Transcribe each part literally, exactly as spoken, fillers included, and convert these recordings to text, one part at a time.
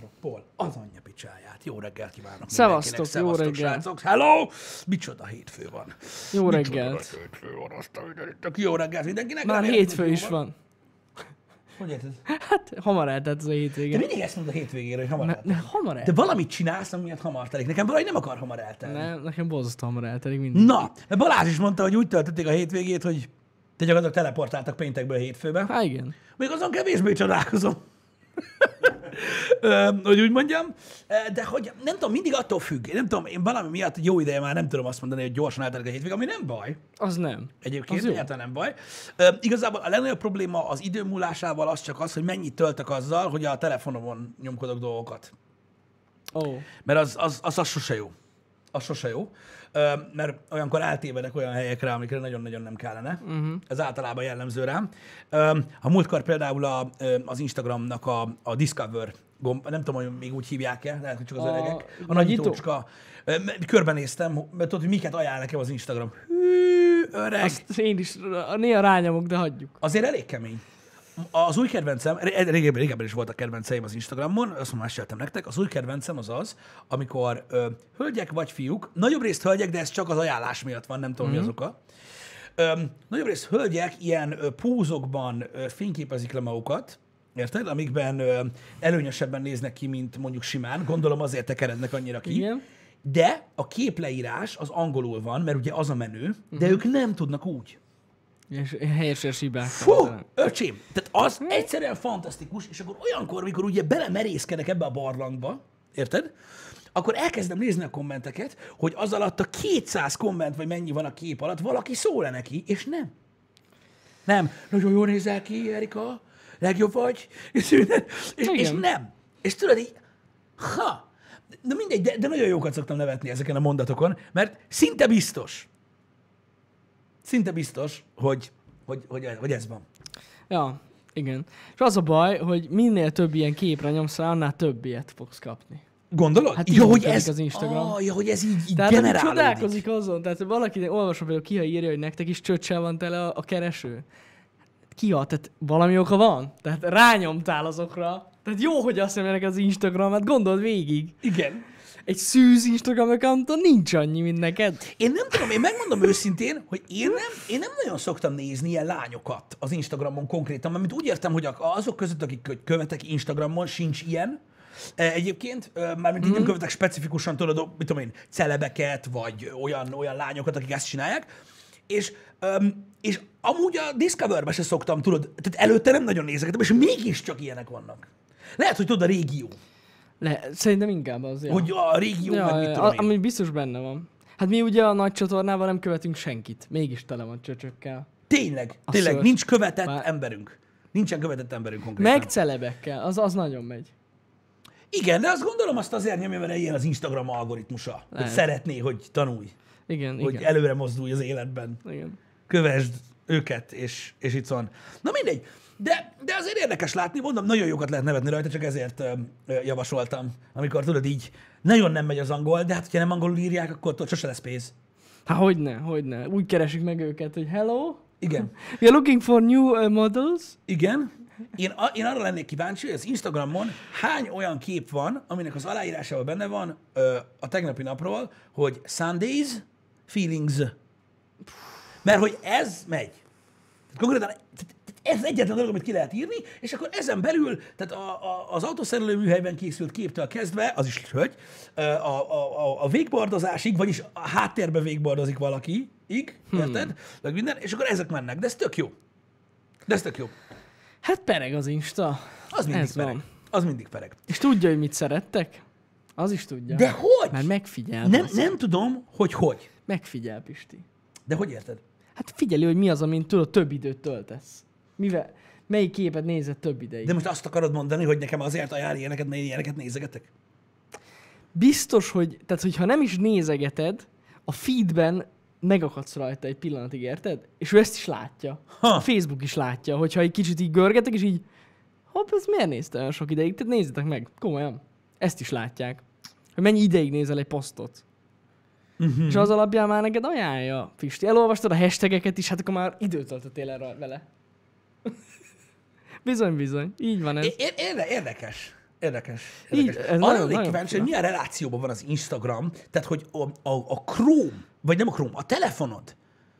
Pol, az anyja picsáját. Jó reggelt kívánok Szevasztok, mindenkinek. jó Szevasztok, reggel. srácok. Hello! Micsoda hétfő van. Jó Micsoda reggelt. hétfő van, azt a mindenit. Jó reggelt mindenkinek. Már Remélem, hétfő hogy jó is van. Hogy érted? Hát hamar eltelt az a Te hétvége. mindig ezt mondod a hétvégére, hogy hamar Ne, eltelik. ne, hamar De eltelik. valamit csinálsz, amiatt hamar telik. Nekem valahogy nem akar hamar eltelni. Nem, nekem borzasztó hamar eltelik mindig. Na, mert Balázs is mondta, hogy úgy töltötték a hétvégét, hogy te gyakorlatilag teleportáltak péntekből hétfőbe. Há, igen. Még azon kevésbé csodálkozom. Ö, hogy úgy mondjam. De hogy nem tudom, mindig attól függ. Én nem tudom, én valami miatt jó ideje már nem tudom azt mondani, hogy gyorsan eltelik a hétvég, ami nem baj. Az nem. Egyébként Az jó. egyáltalán nem baj. Ö, igazából a legnagyobb probléma az idő múlásával az csak az, hogy mennyit töltök azzal, hogy a telefonomon nyomkodok dolgokat. Ó. Oh. Mert az, az, az, az sose jó. Az sose jó. Ö, mert olyankor eltévedek olyan helyekre, amikre nagyon-nagyon nem kellene. Uh-huh. Ez általában jellemző rám. Ö, a múltkor például a, az Instagramnak a, a Discover gomb, nem tudom, hogy még úgy hívják-e, lehet, hogy csak az A öregek. A nagyító? nagyítócska. Ö, körbenéztem, mert tudod, hogy miket ajánl nekem az Instagram. Hű, öreg. Azt én is néha rányomok, de hagyjuk. Azért elég kemény. Az új kedvencem, régebben, régebben is voltak kedvenceim az Instagramon, azt már meséltem nektek, az új kedvencem az az, amikor ö, hölgyek vagy fiúk, nagyobb részt hölgyek, de ez csak az ajánlás miatt van, nem tudom, mm-hmm. mi az oka. Ö, nagyobb részt hölgyek ilyen ö, pózokban ö, fényképezik le magukat, érted? Amikben ö, előnyösebben néznek ki, mint mondjuk simán, gondolom azért tekerednek annyira ki. Igen. De a képleírás az angolul van, mert ugye az a menő, mm-hmm. de ők nem tudnak úgy. És helyes hibák. Fú, öcsém, tehát az egyszerűen fantasztikus, és akkor olyankor, mikor ugye belemerészkedek ebbe a barlangba, érted? Akkor elkezdem nézni a kommenteket, hogy az alatt a kétszáz komment, vagy mennyi van a kép alatt, valaki szól-e neki, és nem. Nem. Nagyon jól nézel ki, Erika, legjobb vagy, és, és, és nem. És tudod így, ha, de mindegy, de, de nagyon jókat szoktam nevetni ezeken a mondatokon, mert szinte biztos, Szinte biztos, hogy, hogy, hogy, hogy ez van. Ja, igen. És az a baj, hogy minél több ilyen képre nyomsz rá, annál több ilyet fogsz kapni. Gondolod? Hát ja, így hogy működik ez, az Instagram. Ah, ja, hogy ez így, így Tehát aki generálódik. csodálkozik azon, tehát valaki olvasom például ki, ha írja, hogy nektek is csöccsel van tele a, a kereső. Ki ha? Tehát valami oka van? Tehát rányomtál azokra. Tehát jó, hogy azt mondja neked az Instagram, hát gondold végig. Igen. Egy szűz Instagram accounton nincs annyi, mint neked. Én nem tudom, én megmondom őszintén, hogy én nem, én nem nagyon szoktam nézni ilyen lányokat az Instagramon konkrétan, mert úgy értem, hogy azok között, akik követek Instagramon, sincs ilyen. Egyébként, mármint így nem követek specifikusan, tudod, mit tudom én, celebeket, vagy olyan, olyan lányokat, akik ezt csinálják. És, és amúgy a Discoverbe se szoktam, tudod, tehát előtte nem nagyon nézegetem, és mégiscsak ilyenek vannak. Lehet, hogy tudod, a régió. Le, szerintem inkább az. Ja. Hogy a régió, ja, meg mit ja, tudom én. ami biztos benne van. Hát mi ugye a nagy csatornával nem követünk senkit. Mégis tele van csöcsökkel. Tényleg, A tényleg, szörny. nincs követett Bár- emberünk. Nincsen követett emberünk konkrétan. Meg celebekkel, az, az nagyon megy. Igen, de azt gondolom, azt azért nyomja, mert ilyen az Instagram algoritmusa. Hogy Lehet. szeretné, hogy tanulj, Igen, hogy igen. előre mozdulj az életben. igen. Kövesd őket, és, és itt van. Na mindegy. De, de azért érdekes látni, mondom, nagyon jókat lehet nevetni rajta, csak ezért ö, ö, javasoltam. Amikor tudod így, nagyon nem megy az angol, de hát, ha nem angolul írják, akkor tudod, sose lesz pénz. Hát hogyne, hogyne. Úgy keresik meg őket, hogy hello, Igen. we are looking for new uh, models. Igen. Én, a, én arra lennék kíváncsi, hogy az Instagramon hány olyan kép van, aminek az aláírásában benne van ö, a tegnapi napról, hogy Sundays, feelings. Mert hogy ez megy. Tehát konkrétan ez egyetlen dolog, amit ki lehet írni, és akkor ezen belül, tehát a, a, az autószerelő műhelyben készült képtől kezdve, az is hogy, a, a, a, a végbordozásig, vagyis a háttérbe végbordozik valaki, ig, érted? Hmm. Minden, és akkor ezek mennek, de ez tök jó. De ez tök jó. Hát pereg az Insta. Az mindig Ez pereg. van. Az mindig pereg. És tudja, hogy mit szerettek? Az is tudja. De hogy? Mert megfigyel. Nem, az. nem tudom, hogy hogy. Megfigyel, Pisti. De hogy érted? Hát figyeli, hogy mi az, amin tudod, több időt töltesz. Mivel? Melyik képet nézed több ideig? De most azt akarod mondani, hogy nekem azért ajánl ilyeneket, mert én ilyeneket nézegetek? Biztos, hogy, tehát hogyha nem is nézegeted, a feedben megakadsz rajta egy pillanatig, érted? És ő ezt is látja. Ha. A Facebook is látja, hogyha egy kicsit így görgetek, és így hopp, ezt miért nézte olyan sok ideig? Tehát nézzétek meg, komolyan. Ezt is látják. Hogy mennyi ideig nézel egy posztot. Uh-huh. És az alapján már neked ajánlja, Pisti. Elolvastad a hashtageket is, hát akkor már időt töltöttél el vele. Bizony, bizony. Így van ez. É- érde- érdekes. Érdekes. Így, érdekes. ez Arra nagyon- lennék nagyon kíváncsi, hogy fura. milyen relációban van az Instagram, tehát hogy a, a, a Chrome, vagy nem a Chrome, a telefonod,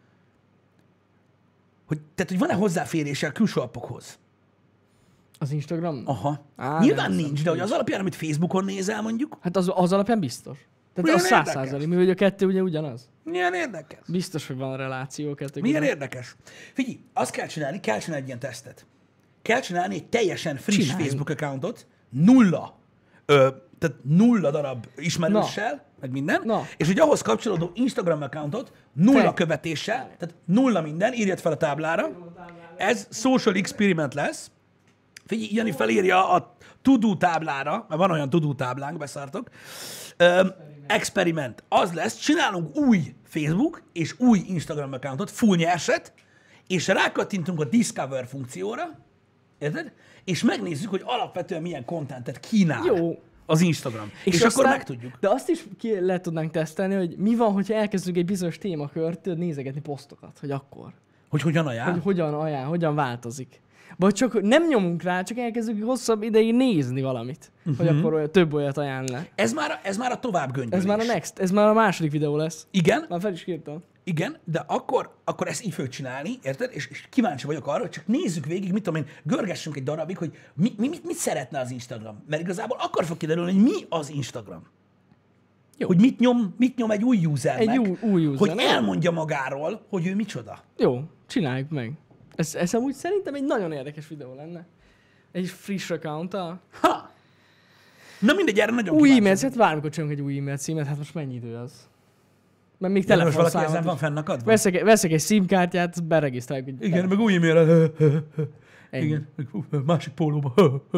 hogy, tehát hogy van-e hozzáférése a külső appokhoz? Az Instagram? Aha. Á, Nyilván nem, nincs, de hogy az alapján, amit Facebookon nézel mondjuk, Hát az, az alapján biztos. Tehát Milyen az száz érdekes. százalék, mivel a kettő ugye ugyanaz. milyen érdekes. Biztos, hogy van reláció a kettő Milyen között. érdekes. Figyelj, azt kell csinálni, kell csinálni egy ilyen tesztet. Kell csinálni egy teljesen friss Csinálj. Facebook accountot, nulla, ö, tehát nulla darab ismerőssel, Na. meg minden, Na. és hogy ahhoz kapcsolódó Instagram accountot nulla Te. követéssel, tehát nulla minden, írjad fel a táblára. Ez social experiment lesz. Figyelj, Jani felírja a to-do táblára, mert van olyan to-do táblánk, beszartok. Ö, experiment. Az lesz, csinálunk új Facebook és új Instagram accountot, full nyerset, és rákattintunk a Discover funkcióra, érted? És megnézzük, hogy alapvetően milyen kontentet kínál Jó. az Instagram. És, és aztán- akkor megtudjuk. De azt is ki le tudnánk tesztelni, hogy mi van, hogyha elkezdünk egy bizonyos témakört tudod nézegetni posztokat, hogy akkor. Hogy hogyan ajánl? Hogy hogyan ajánl, hogyan változik. Vagy csak nem nyomunk rá, csak elkezdünk hosszabb ideig nézni valamit. Uh-huh. Hogy akkor olyan, több olyat ajánl le. Ez már, ez már a tovább gönyölés. Ez már a next, ez már a második videó lesz. Igen, Már fel is írtam. igen, de akkor, akkor ezt így fogjuk csinálni, érted? És, és kíváncsi vagyok arra, hogy csak nézzük végig, mit tudom én, görgessünk egy darabig, hogy mi, mi, mit, mit szeretne az Instagram. Mert igazából akkor fog kiderülni, hogy mi az Instagram. Jó. Hogy mit nyom, mit nyom egy új usernek, Egy új, új user. hogy elmondja magáról, hogy ő micsoda. Jó, csináljuk meg. Ez, ez amúgy szerintem egy nagyon érdekes videó lenne. Egy friss account-tal. Ha! Na mindegy, erre nagyon Új kíváncsi e-mail, hát bármikor csinálunk egy új e-mail címet, hát most mennyi idő az? Mert még Ja, de most valaki ezen telefonszámot van is. fennakadva? Veszek, egy- veszek egy SIM-kártyát, beregisztráljuk. Hogy Igen, meg új e-mail. Ennyi. Igen, meg hú, másik pólóba.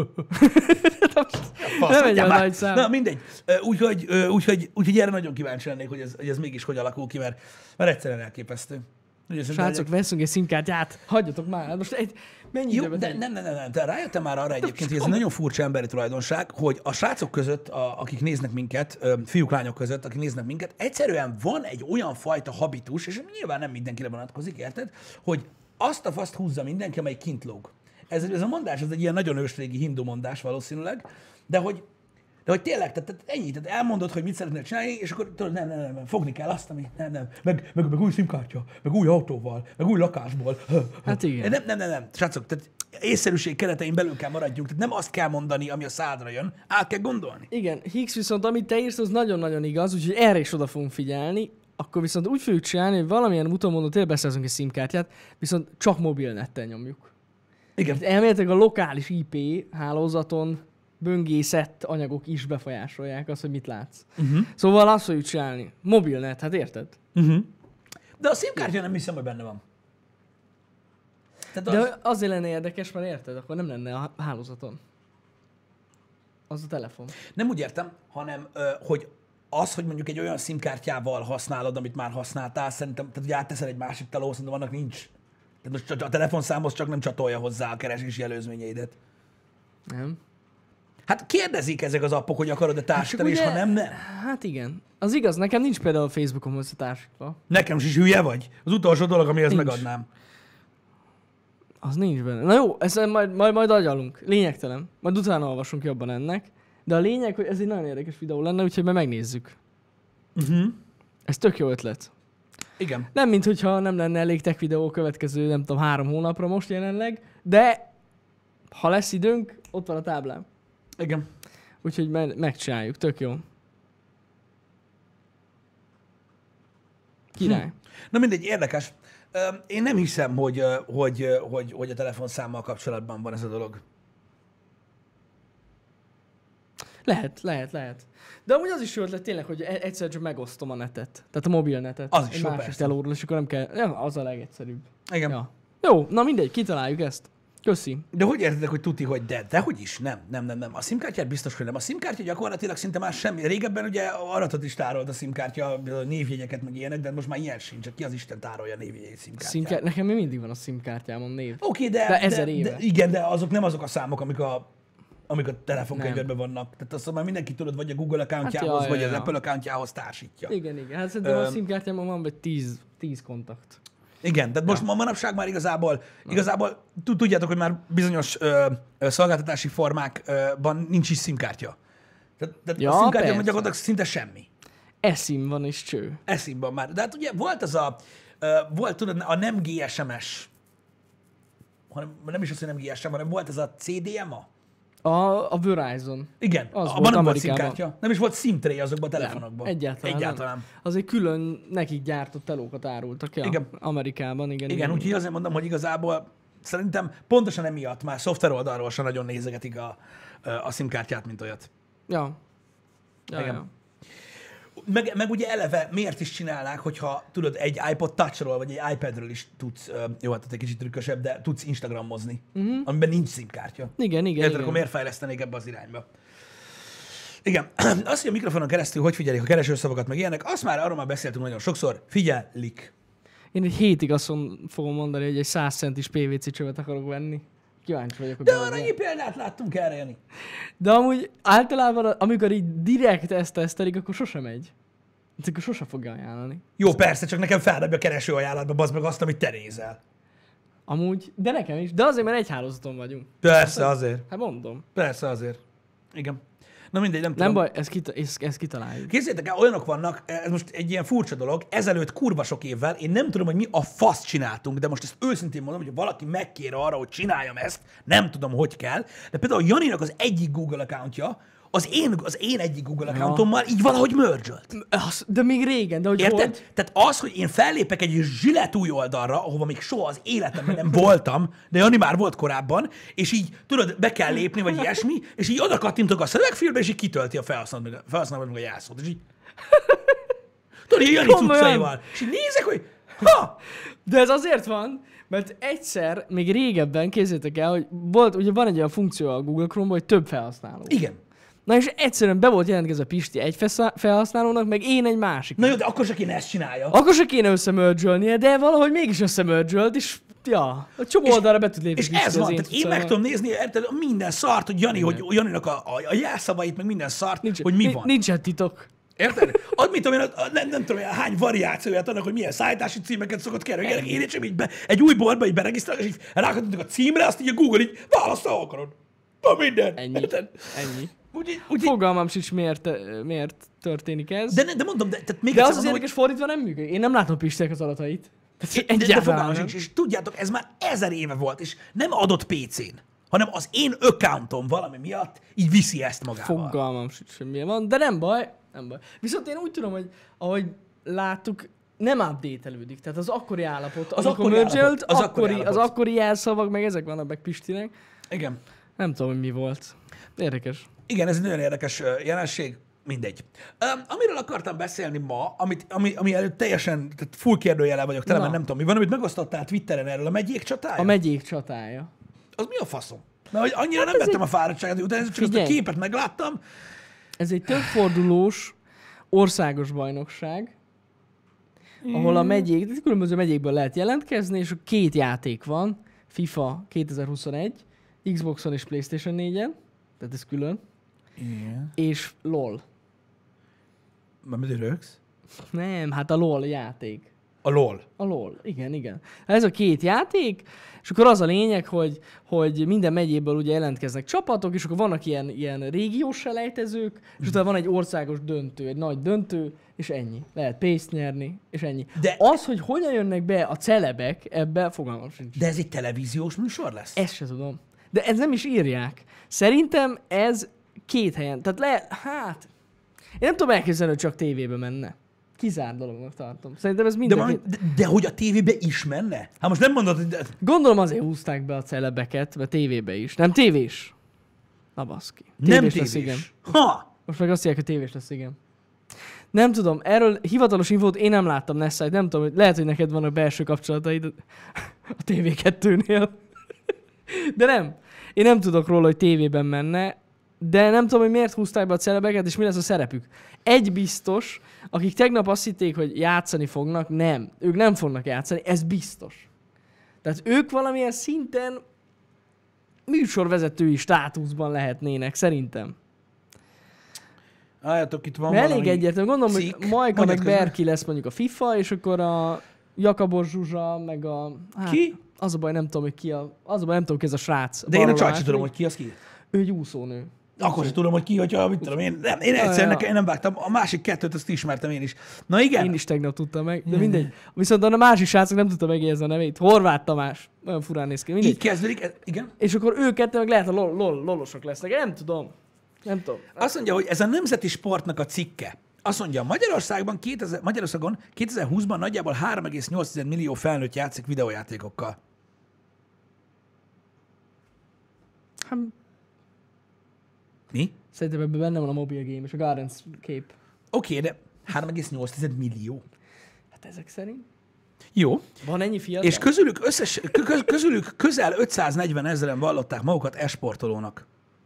Nem egy olyan nagy szám. Na mindegy. Ö, Úgyhogy, ö, úgyhogy, úgyhogy erre nagyon kíváncsi lennék, hogy ez, hogy ez mégis hogy alakul ki, mert, mert egyszerűen elképesztő. Ugye, szerintem Srácok, egy- veszünk egy SIM-kártyát, hagyjatok már. Hát most egy, mennyi Jó, időbe de telik? nem, nem, nem, nem. Te rájöttem már arra egyébként, hogy ez egy nagyon furcsa emberi tulajdonság, hogy a srácok között, a, akik néznek minket, ö, fiúk, lányok között, akik néznek minket, egyszerűen van egy olyan fajta habitus, és nyilván nem mindenkire vonatkozik, érted, hogy azt a faszt húzza mindenki, amely kint lóg. Ez, ez a mondás, ez egy ilyen nagyon ősrégi hindu mondás valószínűleg, de hogy, de hogy tényleg, tehát, tehát ennyi, tehát elmondod, hogy mit szeretnél csinálni, és akkor tudod, nem, nem, nem, nem, fogni kell azt, ami nem, nem, meg, meg, meg új szimkártya, meg új autóval, meg új lakásból. Hát igen. Nem, nem, nem, nem, srácok, tehát észszerűség keretein belül kell maradjunk, tehát nem azt kell mondani, ami a szádra jön, át kell gondolni. Igen, Higgs viszont amit te írsz, az nagyon-nagyon igaz, úgyhogy erre is oda fogunk figyelni. Akkor viszont úgy fogjuk csinálni, hogy valamilyen úton módon tényleg beszerzünk egy SIM-kártyát, viszont csak mobilnettel nyomjuk. Igen. Hát elméletileg a lokális I P hálózaton böngészett anyagok is befolyásolják azt, hogy mit látsz. Uh-huh. Szóval azt fogjuk csinálni. Mobilnet, hát érted? Uh-huh. De a szimkártya nem hiszem, hogy benne van. Tehát az... De azért lenne érdekes, mert érted, akkor nem lenne a hálózaton. Az a telefon. Nem úgy értem, hanem ö, hogy az, hogy mondjuk egy olyan szimkártyával használod, amit már használtál, szerintem, tehát hogy átteszel egy másik telóhoz, szerintem annak nincs. Tehát most a telefonszámhoz csak nem csatolja hozzá a keresési előzményeidet. Nem? Hát kérdezik ezek az appok, hogy akarod-e társítani, és ugye- ha nem, nem. Hát igen. Az igaz, nekem nincs például a Facebookom összetársítva. Nekem is hülye vagy. Az utolsó dolog, amihez Nincs. megadnám. Az nincs benne. Na jó, ezen majd, majd, majd agyalunk. Lényegtelen. Majd utána olvasunk jobban ennek. De a lényeg, hogy ez egy nagyon érdekes videó lenne, úgyhogy majd megnézzük. Uh-huh. Ez tök jó ötlet. Igen. Nem, mint hogyha nem lenne elég tech videó a következő, nem tudom, három hónapra most jelenleg, de ha lesz időnk, ott van a táblám. Igen. Úgyhogy me- megcsináljuk, tök jó. Király. Hm. Na mindegy, érdekes. Ö, Én nem hiszem, hogy, ö, hogy, ö, hogy, hogy a telefonszámmal kapcsolatban van ez a dolog. Lehet, lehet, lehet. De amúgy az is jó ötlet tényleg, hogy e- egyszer csak megosztom a netet. Tehát a mobil netet. Az is egy jó, másik persze. telóról, és akkor nem kell... Ja, az a legegyszerűbb. Igen. Ja. Jó, na mindegy, kitaláljuk ezt. Köszi. De hogy értedek, hogy tuti, hogy de? De hogy is? Nem, nem, nem, nem. A SIM-kártyát biztos, hogy nem. A SIM-kártya gyakorlatilag szinte már semmi. Régebben ugye aratot is tárolt a SIM-kártya, a névjegyeket meg ilyenek, de most már ilyen sincs. Csak ki az Isten tárolja a névjegyét SIM-kártyát. Szimkár... Nekem még mindig van a SIM-kártyámon név. Oké, de, De ezer de, éve. de, igen, de azok nem azok a számok, amik a, amik a telefonkönyvedben vannak. Tehát azt már mindenki tudod, vagy a Google accountjához, Hát ja, vagy ja, az ja. Apple accountjához társítja. Igen, igen. Hát szerintem Öm. a SIM-kártyámon van vagy tíz, tíz kontakt. Igen, tehát most ma manapság már igazából, igazából tudjátok, hogy már bizonyos ö, ö, szolgáltatási formákban nincs is szimkártya. Tehát, tehát Ja, a szimkártya persze. gyakorlatilag szinte semmi. Eszim van és cső. Eszimban már. De hát ugye volt az a, ö, volt tudod, a nem gé es em es, hanem nem is az, hogy nem gé es em, hanem volt ez a cé dé em á. A, a Verizon. Igen, Az abban volt nem volt Amerikában. szimkártya. Nem is volt SIM-tray azokban a telefonokban. Egyáltalán, Egyáltalán. Nem. Azért külön nekik gyártott telókat árultak ki Igen. Amerikában. Igen, Igen, igen. úgyhogy azért mondom, hogy igazából szerintem pontosan emiatt már szoftver oldalról sem nagyon nézegetik a, a SIM-kártyát, mint olyat. Ja. Ja, Igen. ja. Meg, meg ugye eleve miért is csinálnák, hogyha tudod, egy iPod Touchról, vagy egy iPadről is tudsz, ö, jó, hát egy kicsit trükkösebb, de tudsz Instagramozni, uh-huh. amiben nincs SIM-kártya. Igen, igen, Érted, igen. akkor miért fejlesztenék ebbe az irányba? Igen. Azt, hogy a mikrofonon keresztül hogy figyelik a keresőszavakat, meg ilyenek, azt már arról már beszéltünk nagyon sokszor, figyelik. Én egy hétig azt fogom mondani, hogy egy száz centis pé vé cé csövet akarok venni. Kíváncsi vagyok, hogy De behozzák. annyi példát láttunk erre, Jani. De amúgy általában, amikor így direkt ezt tesztelik, akkor sosem megy. Akkor sose fogja ajánlani. Jó, persze, csak nekem feldobja a kereső ajánlatba, bazd meg azt, amit te nézel. Amúgy, de nekem is. De azért, mert egy hálózaton vagyunk. Persze, azért. Hát mondom. Persze, azért. Igen. Na mindegy, nem Nem tudom. baj, ezt, kita- ezt, ezt kitaláljuk. Képzeljétek el, olyanok vannak, ez most egy ilyen furcsa dolog, ezelőtt kurva sok évvel, én nem tudom, hogy mi a fasz csináltunk, de most ezt őszintén mondom, hogy ha valaki megkér arra, hogy csináljam ezt, nem tudom, hogy kell, de például Janinak az egyik Google accountja, az én, az én egyik Google accountommal így valahogy mergelt. Az, de még régen, de hogy Érted? hogy? Tehát az, hogy én fellépek egy zsilet új oldalra, ahova még soha az életemben nem voltam, de Jani már volt korábban, és így tudod, be kell lépni, vagy ilyesmi, és így oda kattintok a szövegfilmbe, és így kitölti a felhasználó, felhasználó meg a jelszót, és így... Tudod, így Jani Komolyan? cuccaival. És így nézek, hogy ha! De ez azért van, mert egyszer, még régebben, képzeljétek el, hogy volt, ugye van egy olyan funkció a Google Chrome-ban, hogy több felhasználó. Igen. Na és egyszerűen be volt jelentkezve Pisti egy feszá- felhasználónak, meg én egy másik. Na jó, de akkor se kéne ezt csinálja. Akkor se kéne összemördzsölnie, de valahogy mégis összemördzsölt, és ja, a csomó oldalra be tud lépni. És Pisti ez az van, tehát én meg tudom nézni, érted, minden szart, hogy Jani, hogy Janinak a, a, a jelszavait, meg minden szart, Nincs, hogy mi ni- van. Nincsen titok. Érted? Ad, mit tudom én, a- nem, nem tudom én, hány variációját annak, hogy milyen szállítási címeket szokott kérni. Én csak így be, egy új boltba így beregisztrálok, és így rákattintok a címre, azt így a Google így választ, ha akarod. Na minden. Ennyi. Érted? Ennyi. Úgy, úgy, Fogalmam sincs, miért, miért történik ez. de, de mondom, de, tehát még De az egyszer az mondom, érdekes, fordítva nem működik. Én nem látom Pistinek az adatait. hogy, de, de fogalmam sincs, és tudjátok, ez már ezer éve volt, és nem adott pé cén, hanem az én accountom valami miatt így viszi ezt magával. Fogalmam sincs, hogy milyen van, de nem baj, nem baj. Viszont én úgy tudom, hogy ahogy láttuk, nem update-elődik. Tehát az akkori állapot, az, Az akkor akkori mergelt, állapot, az az, akkori akkori, az állapot. akkori jelszavak, meg ezek vannak meg Pistinek. Igen. Nem tudom, hogy mi volt. Érdekes. Igen, ez egy nagyon érdekes ö, jelenség. Mindegy. Um, amiről akartam beszélni ma, amit, ami, ami előtt teljesen tehát full kérdőjele vagyok, tele, Na. mert nem tudom, mi van, amit megosztottál Twitteren erről, a megyék csatája? A megyék csatája. Az mi a faszom? Mert hogy annyira Hát nem ez vettem egy- a fáradtságot, utána csak azt a Figyelj. képet megláttam. Ez egy többfordulós országos bajnokság, ahol a megyék, tehát különböző megyékből lehet jelentkezni, és két játék van, FIFA kétezer-huszonegy, Xboxon és PlayStation négyen, tehát ez külön, Igen. és LOL. Már mit rögsz? Nem, hát a LOL játék. A LOL. A LOL, igen, igen. Ez a két játék, és akkor az a lényeg, hogy, hogy minden megyéből ugye jelentkeznek csapatok, és akkor vannak ilyen, ilyen régiós selejtezők, és utána van egy országos döntő, egy nagy döntő, és ennyi. Lehet pénzt nyerni, és ennyi. De- Az, hogy hogyan jönnek be a celebek, ebbe fogalmam sincs. De ez egy televíziós műsor lesz? Ezt se tudom. De ez nem is írják. Szerintem ez két helyen. Tehát le, hát... Én nem tudom elképzelni, hogy csak tévébe menne. Kizárt dolognak tartom. Szerintem ez De, minden... valami, de, de hogy a tévébe is menne? Hát most nem mondod, hogy... De... Gondolom azért húzták be a celebeket, vagy tévébe is. Nem tévés? Na baszki. Nem Tévés tévés. lesz, igen. Ha! Most meg azt mondják, hogy tévés lesz, igen. Nem tudom, erről hivatalos infót én nem láttam, Nessai, nem tudom, hogy lehet, hogy neked vannak belső kapcsolataid a té vé kettőnél. De nem. Én nem tudok róla, hogy tévében menne, de nem tudom, hogy miért húzták be a celebeket, és mi lesz a szerepük. Egy biztos, akik tegnap azt hitték, hogy játszani fognak, nem. Ők nem fognak játszani, ez biztos. Tehát ők valamilyen szinten műsorvezetői státuszban lehetnének, szerintem. Álljátok, itt van Mert elég valami egyértelmű. Gondolom, cikk. hogy Majka Mondjad meg közben. Berki lesz mondjuk a FIFA, és akkor a Jakabos Zsuzsa, meg a... Hát, Ki? Az a baj, nem tudom, hogy ki a... Az a baj, nem tudom, ki ez a srác. De én a Balról csajt sem át- tudom, hogy ki az ki. Ő egy úszónő. Akkor sem tudom, hogy ki, hogyha, mit tudom én. Nem, én egyszerűen ja. nekem, én nem vágtam. A másik kettőt azt ismertem én is. Na igen. Én is tegnap tudtam meg, de mindegy. Viszont a másik srácok nem tudta megjegyezni a nevét. Horváth Tamás. Olyan furán néz ki. Mindegy. Így kezdődik, ez- igen. És akkor ők ketten meg lehet a lol, lol, lolosok lesznek. Nem tudom. Nem tudom. Azt mondja, hogy ez a nemzeti sportnak a cikke. Azt mondja, Magyarországban kétezer, Magyarországon kétezer-húszban nagyjából három egész nyolc millió felnőtt játszik videójátékokkal. Hát, Mi? szerintem ebben benne van a mobile game és a Gardenscape. Oké, okay, de három egész nyolc millió. Hát ezek szerint. Jó. Van ennyi fiatal? És közülük, összes, kö- közülük közel ötszáznegyven ezeren vallották magukat esportolónak.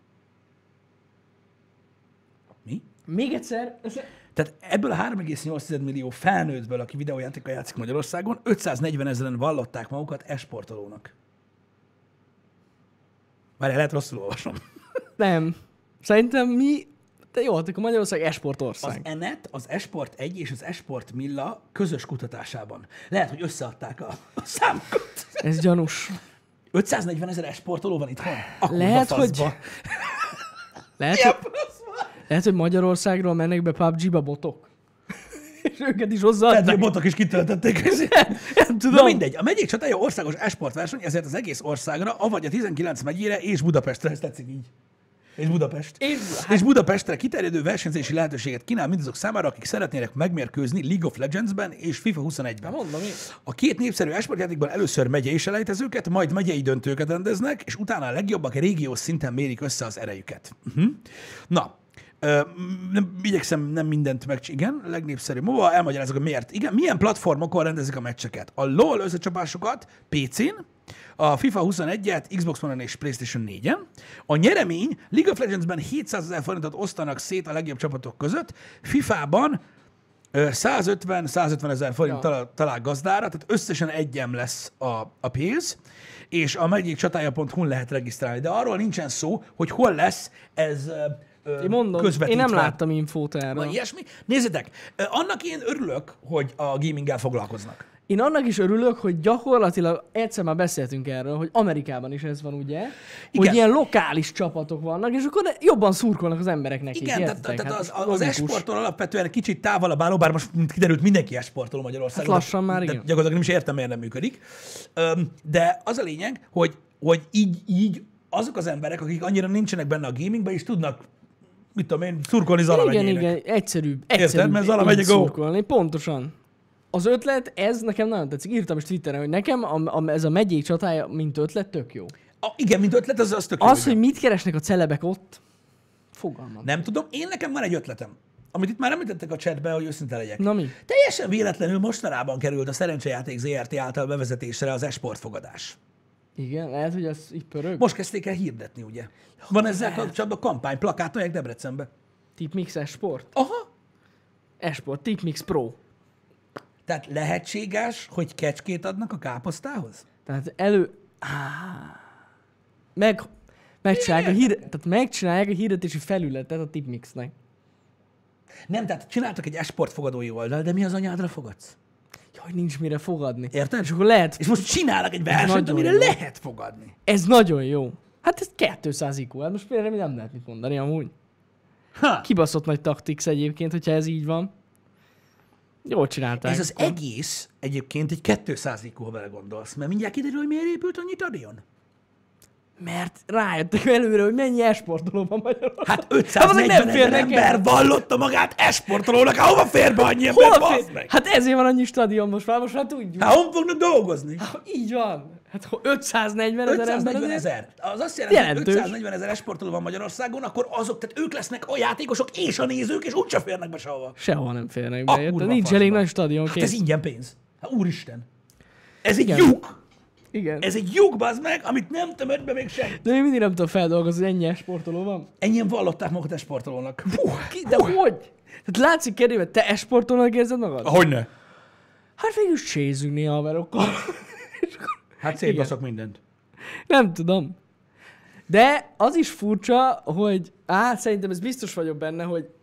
Mi? Még egyszer. Tehát ebből a három egész nyolc millió felnőttből, aki videójátékkal játszik Magyarországon, ötszáznegyven ezeren vallották magukat esportolónak. Várjál, lehet rosszul olvasom. Nem. Szerintem mi... De jó, hát akkor Magyarország esport Az ország. Enet, az Esport egy és az Esport Milla közös kutatásában. Lehet, hogy összeadták a, a számokat. Ez gyanús. ötszáznegyven ezer esportoló van itthon? A kurva Lehet, faszba. hogy- Lehet, Milyen hogy, faszba? lehet, hogy Magyarországról mennek be pé u bé gé-be botok. És őket is Lehet, hogy a hozzáadták. botok is kitöltötték. Nem tudom. Na mindegy, a megyék csatája országos esportverseny, ezért az egész országra, avagy a tizenkilenc megyére és Budapestre, ez tetszik így. És Budapest. És, És Budapestre kiterjedő versenyzési lehetőséget kínál mindazok számára, akik szeretnének megmérkőzni League of Legends-ben és FIFA huszonegyben. mondom én. A két népszerű esportjátékban először megyei selejtezőket, majd megyei döntőket rendeznek, és utána a legjobbak régiós szinten mérik össze az erejüket. Uh-huh. Na, ö, nem, igyekszem nem mindent megcsinálni. Igen, a legnépszerűbb. Móva elmagyarázok, hogy miért. Igen, milyen platformokon rendezik a meccseket. A LoL összecsapásokat pé cén, a FIFA huszonegyet Xbox One-on és PlayStation négyen. A nyeremény League of Legends-ben hétszázezer forintot osztanak szét a legjobb csapatok között, FIFA-ban százötven-százötven ezer forint Ja. talál, talál gazdára, tehát összesen egyem lesz a, a pénz, és a megyék csatája pont hu-n lehet regisztrálni. De arról nincsen szó, hogy hol lesz ez ö, Én mondom, közvetítve. én nem láttam infót erről. Vagy ilyesmi. Nézzétek, ö, annak én örülök, hogy a gaminggel foglalkoznak. Én annak is örülök, hogy gyakorlatilag egyszer már beszéltünk erről, hogy Amerikában is ez van, ugye? Igen. Hogy ilyen lokális csapatok vannak, és akkor jobban szurkolnak az emberek nekik. Igen, tehát, értitek? tehát Hát az, az logikus. esporttól alapvetően kicsit távolabb álló, bár most mint kiderült, mindenki esportoló Magyarországon. Hát lassan már de igen. Gyakorlatilag nem is értem, miért nem működik. Öm, De az a lényeg, hogy, hogy így, így azok az emberek, akik annyira nincsenek benne a gamingben, is tudnak, mit tudom én, szurkolni Zala Igen, megyének. igen, egyszerűbb. egyszerűbb Mert Zala így megye go. szurkolni. Pontosan. Az ötlet, ez nekem nagyon tetszik. Írtam is Twitteren, hogy nekem a, a, ez a megyék csatája, mint ötlet, tök jó. A, igen, mint ötlet, az, az tök jó, Az, igen. hogy mit keresnek a celebek ott, fogalmam. Nem tudom, én nekem van egy ötletem, amit itt már említettek a chatbe, hogy őszinte legyek. Na mi? Teljesen véletlenül mostanában került a Szerencsejáték zé er té által bevezetésre az esportfogadás. Igen, lehet, hogy az így pörög. Most kezdték el hirdetni, ugye? Van ezzel kapcsolatban kampány, plakátolják Debrecenbe. Tipmix Esport. Aha. Esport, Tipmix Pro. Tehát lehetséges, hogy kecskét adnak a káposztához? Tehát elő... Á, meg... Megcsinálják a, hír... Tehát megcsinálják a hirdetési felületet a Tipmixnek. Nem, tehát csináltak egy esportfogadói oldal, de mi az anyádra fogadsz? Jaj, nincs mire fogadni. Érted? És akkor lehet... És most csinálnak egy versenyt, nagyon amire jó. lehet fogadni. Ez nagyon jó. Hát ez kétszáz i kú. Hát most például nem lehet mit mondani amúgy. Ha. Kibaszott nagy taktix egyébként, hogyha ez így van. Jól csinálták. Ez az egész egyébként egy kétszáz i kú, ha vele gondolsz, mert mindjárt kiderül, hogy miért épült annyi stadion. Mert rájöttek előre, hogy mennyi esportoló van Magyarországon. Hát Hát azok ötszáznegyven ezer férnek ember el. vallotta magát esportolónak, hova fér be annyi Hol ember, fér? bazd meg? Hát ezért van annyi stadion most már, most már tudjuk. Hát hol fognak dolgozni? Hát, így van. Hát ha ötszáznegyven ezer ember ötszáznegyven azért... ezer. Az azt jelenti, hogy Jelentős. ötszáznegyven ezer esportoló van Magyarországon, akkor azok, tehát ők lesznek a játékosok és a nézők, és úgyse férnek be sehova. Sehol nem férnek A be, érted? kurva Nincs faszba. elég nagy stadion, Hát ez kész. ingyen pénz. Hát úristen. Ez egy Igen. lyuk. Igen. Ez egy lyuk, bazd meg, amit nem tömött be még senki. De én mindig nem tudom feldolgozni, hogy ennyi esportoló van. Ennyien vallották magukat esportolónak. Hú, Ki, de hogy? Tehát látszik, Kerry, te esportolónak érzed magad? Hogyne? Hát végül is csézünk néha haverokkal. Hát szétbaszok mindent. Nem tudom. De az is furcsa, hogy á, szerintem ez biztos vagyok benne, hogy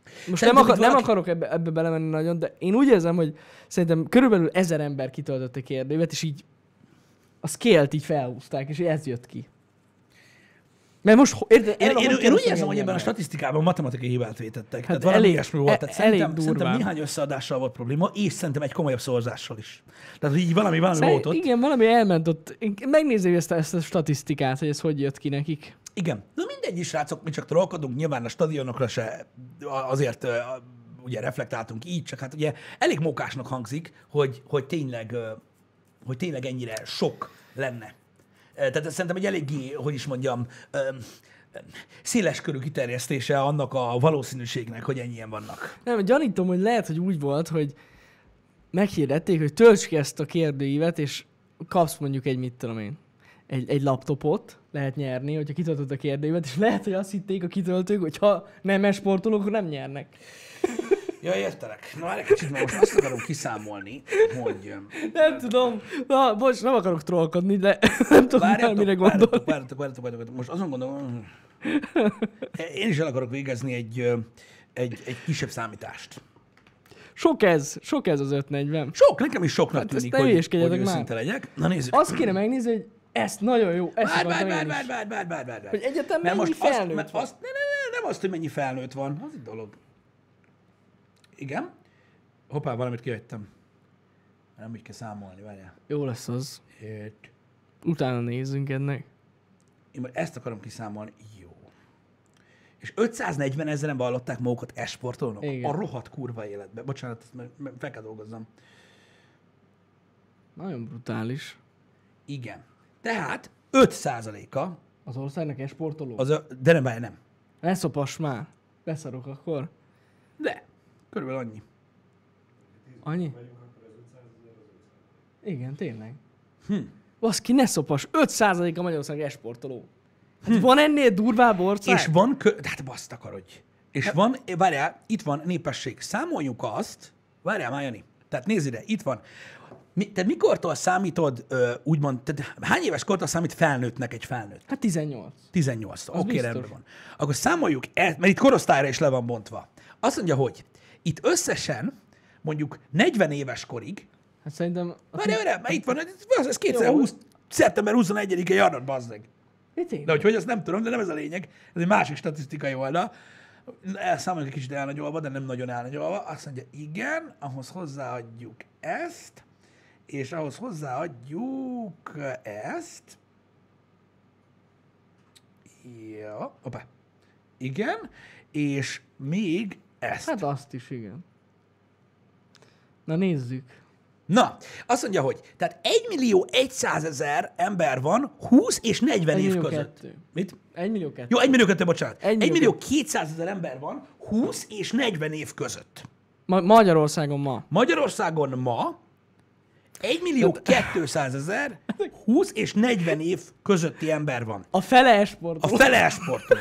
Most Szerintem nem, akar, itt nem valaki- akarok ebbe, ebbe belemenni nagyon, de én úgy érzem, hogy szerintem körülbelül ezer ember kitöltött egy kérdőívet, és így a scale-t így felhúzták, és ez jött ki. Mert most, érted, Én, erre én, hogy én úgy kérdeztem érzem, hogy ennyi ebben a embert? statisztikában matematikai hibát vétettek. Hát tehát elég- valami ilyesmi volt. e- Tehát elég szerintem, szerintem durván. néhány összeadással volt probléma, és szerintem egy komolyabb szorzással is. Tehát így valami, valami Szerint- volt ott. Igen, valami elment ott. Én megnézzük ezt, a- ezt a statisztikát, hogy ez hogy jött ki nekik. Igen. Na mindegy is, srácok, mi csak trollkodunk, nyilván a stadionokra se azért ö, ugye reflektáltunk így, csak hát ugye elég mókásnak hangzik, hogy, hogy, tényleg, ö, hogy tényleg ennyire sok lenne. Ö, Tehát ez szerintem egy eléggé, hogy is mondjam, ö, ö, széles körű kiterjesztése annak a valószínűségnek, hogy ennyien vannak. Nem, gyanítom, hogy lehet, hogy úgy volt, hogy meghirdették, hogy tölts ki ezt a kérdőívet, és kapsz mondjuk egy, mit tudom én, egy, egy laptopot lehet nyerni, hogyha kitöltöd a kérdőívet, és lehet, hogy azt hitték a kitöltők, hogy ha nem esportolók, akkor nem nyernek. Ja, értelek. Na már egy kicsit, mert most azt akarom kiszámolni, hogy... ö, Nem tudom. Na, bocs, nem akarok trollkodni, de nem tudom már Várjatok, mire várjatok, gondolni. várjatok, várjatok, várjatok. Most azon gondolom, én is el akarok végezni egy, ö, egy, egy kisebb számítást. Sok ez, sok ez az ötszáznegyven. Sok, nekem is soknak Hát ezt tűnik, ne hogy, hogy hülyéskedjetek már. őszinte legyek. Na nézzük. Azt kéne megnézni, hogy ezt nagyon jó, ezt Várj, akartam várj, én várj, is. várj, várj, várj, várj, várj. Hogy egyetem Mert mennyi most azt, felnőtt mert van. azt, ne, ne, ne, nem azt, hogy mennyi felnőtt van, az egy dolog. Igen. Hoppá, valamit kihagytam. Nem úgy kell számolni, várjál. Jó lesz az. Hét. Utána nézzünk ennek. Én majd ezt akarom kiszámolni. Jó. És ötszáznegyven ezeren vallották magukat esportolónak Igen. a rohadt kurva életbe. Bocsánat, ezt meg- meg fel kell dolgozzam. Nagyon brutális. Igen. Tehát öt százaléka, Az országnak esportoló? az a, de nem, várj, nem. Ne szopass már. Beszarok akkor. De, körülbelül annyi. Annyi? Igen, tényleg. Hm. Baszki, ne szopass. öt százalék a Magyarország esportoló. Hát hm. van ennél durvább ország? És van, kö... de hát baszt akarodj. És van, várjál, itt van népesség. Számoljuk azt, várjál már, Jani. Tehát nézd ide, itt van. Mi, te mikortól számítod, ö, úgymond, te, hány éves kortól számít felnőttnek egy felnőtt? Hát tizennyolc. tizennyolctól. Az Oké, biztos. rendben van. Akkor számoljuk, e, mert itt korosztályra is le van bontva. Azt mondja, hogy itt összesen mondjuk negyven éves korig, Hát szerintem... várjál, várjál, mert itt van, ez, ez kétezer-húsz, szeptember huszonegyedike adat, bazd meg. Mi tényleg? De hogy hogy, azt nem tudom, de nem ez a lényeg. Ez egy másik statisztikai oldal. Elszámoljuk egy kicsit elnagyolva, de nem nagyon elnagyolva. Azt mondja, igen, ahhoz hozzáadjuk ezt, és ahhoz hozzáadjuk ezt. Ja, opa. Igen, és még ezt. Hát azt is, igen. Na nézzük. Na, azt mondja, hogy tehát egy millió százezer ember van húsz és negyven Egy év millió között. kettő. Mit? egy millió kettő. Jó, egy millió kettő, bocsánat. Egy Egy millió millió kétszázezer ember van húsz és negyven év között. Ma- Magyarországon ma. Magyarországon ma egy millió kétszázezer húsz és negyven év közötti ember van. A fele A esportoló. fele esportoló.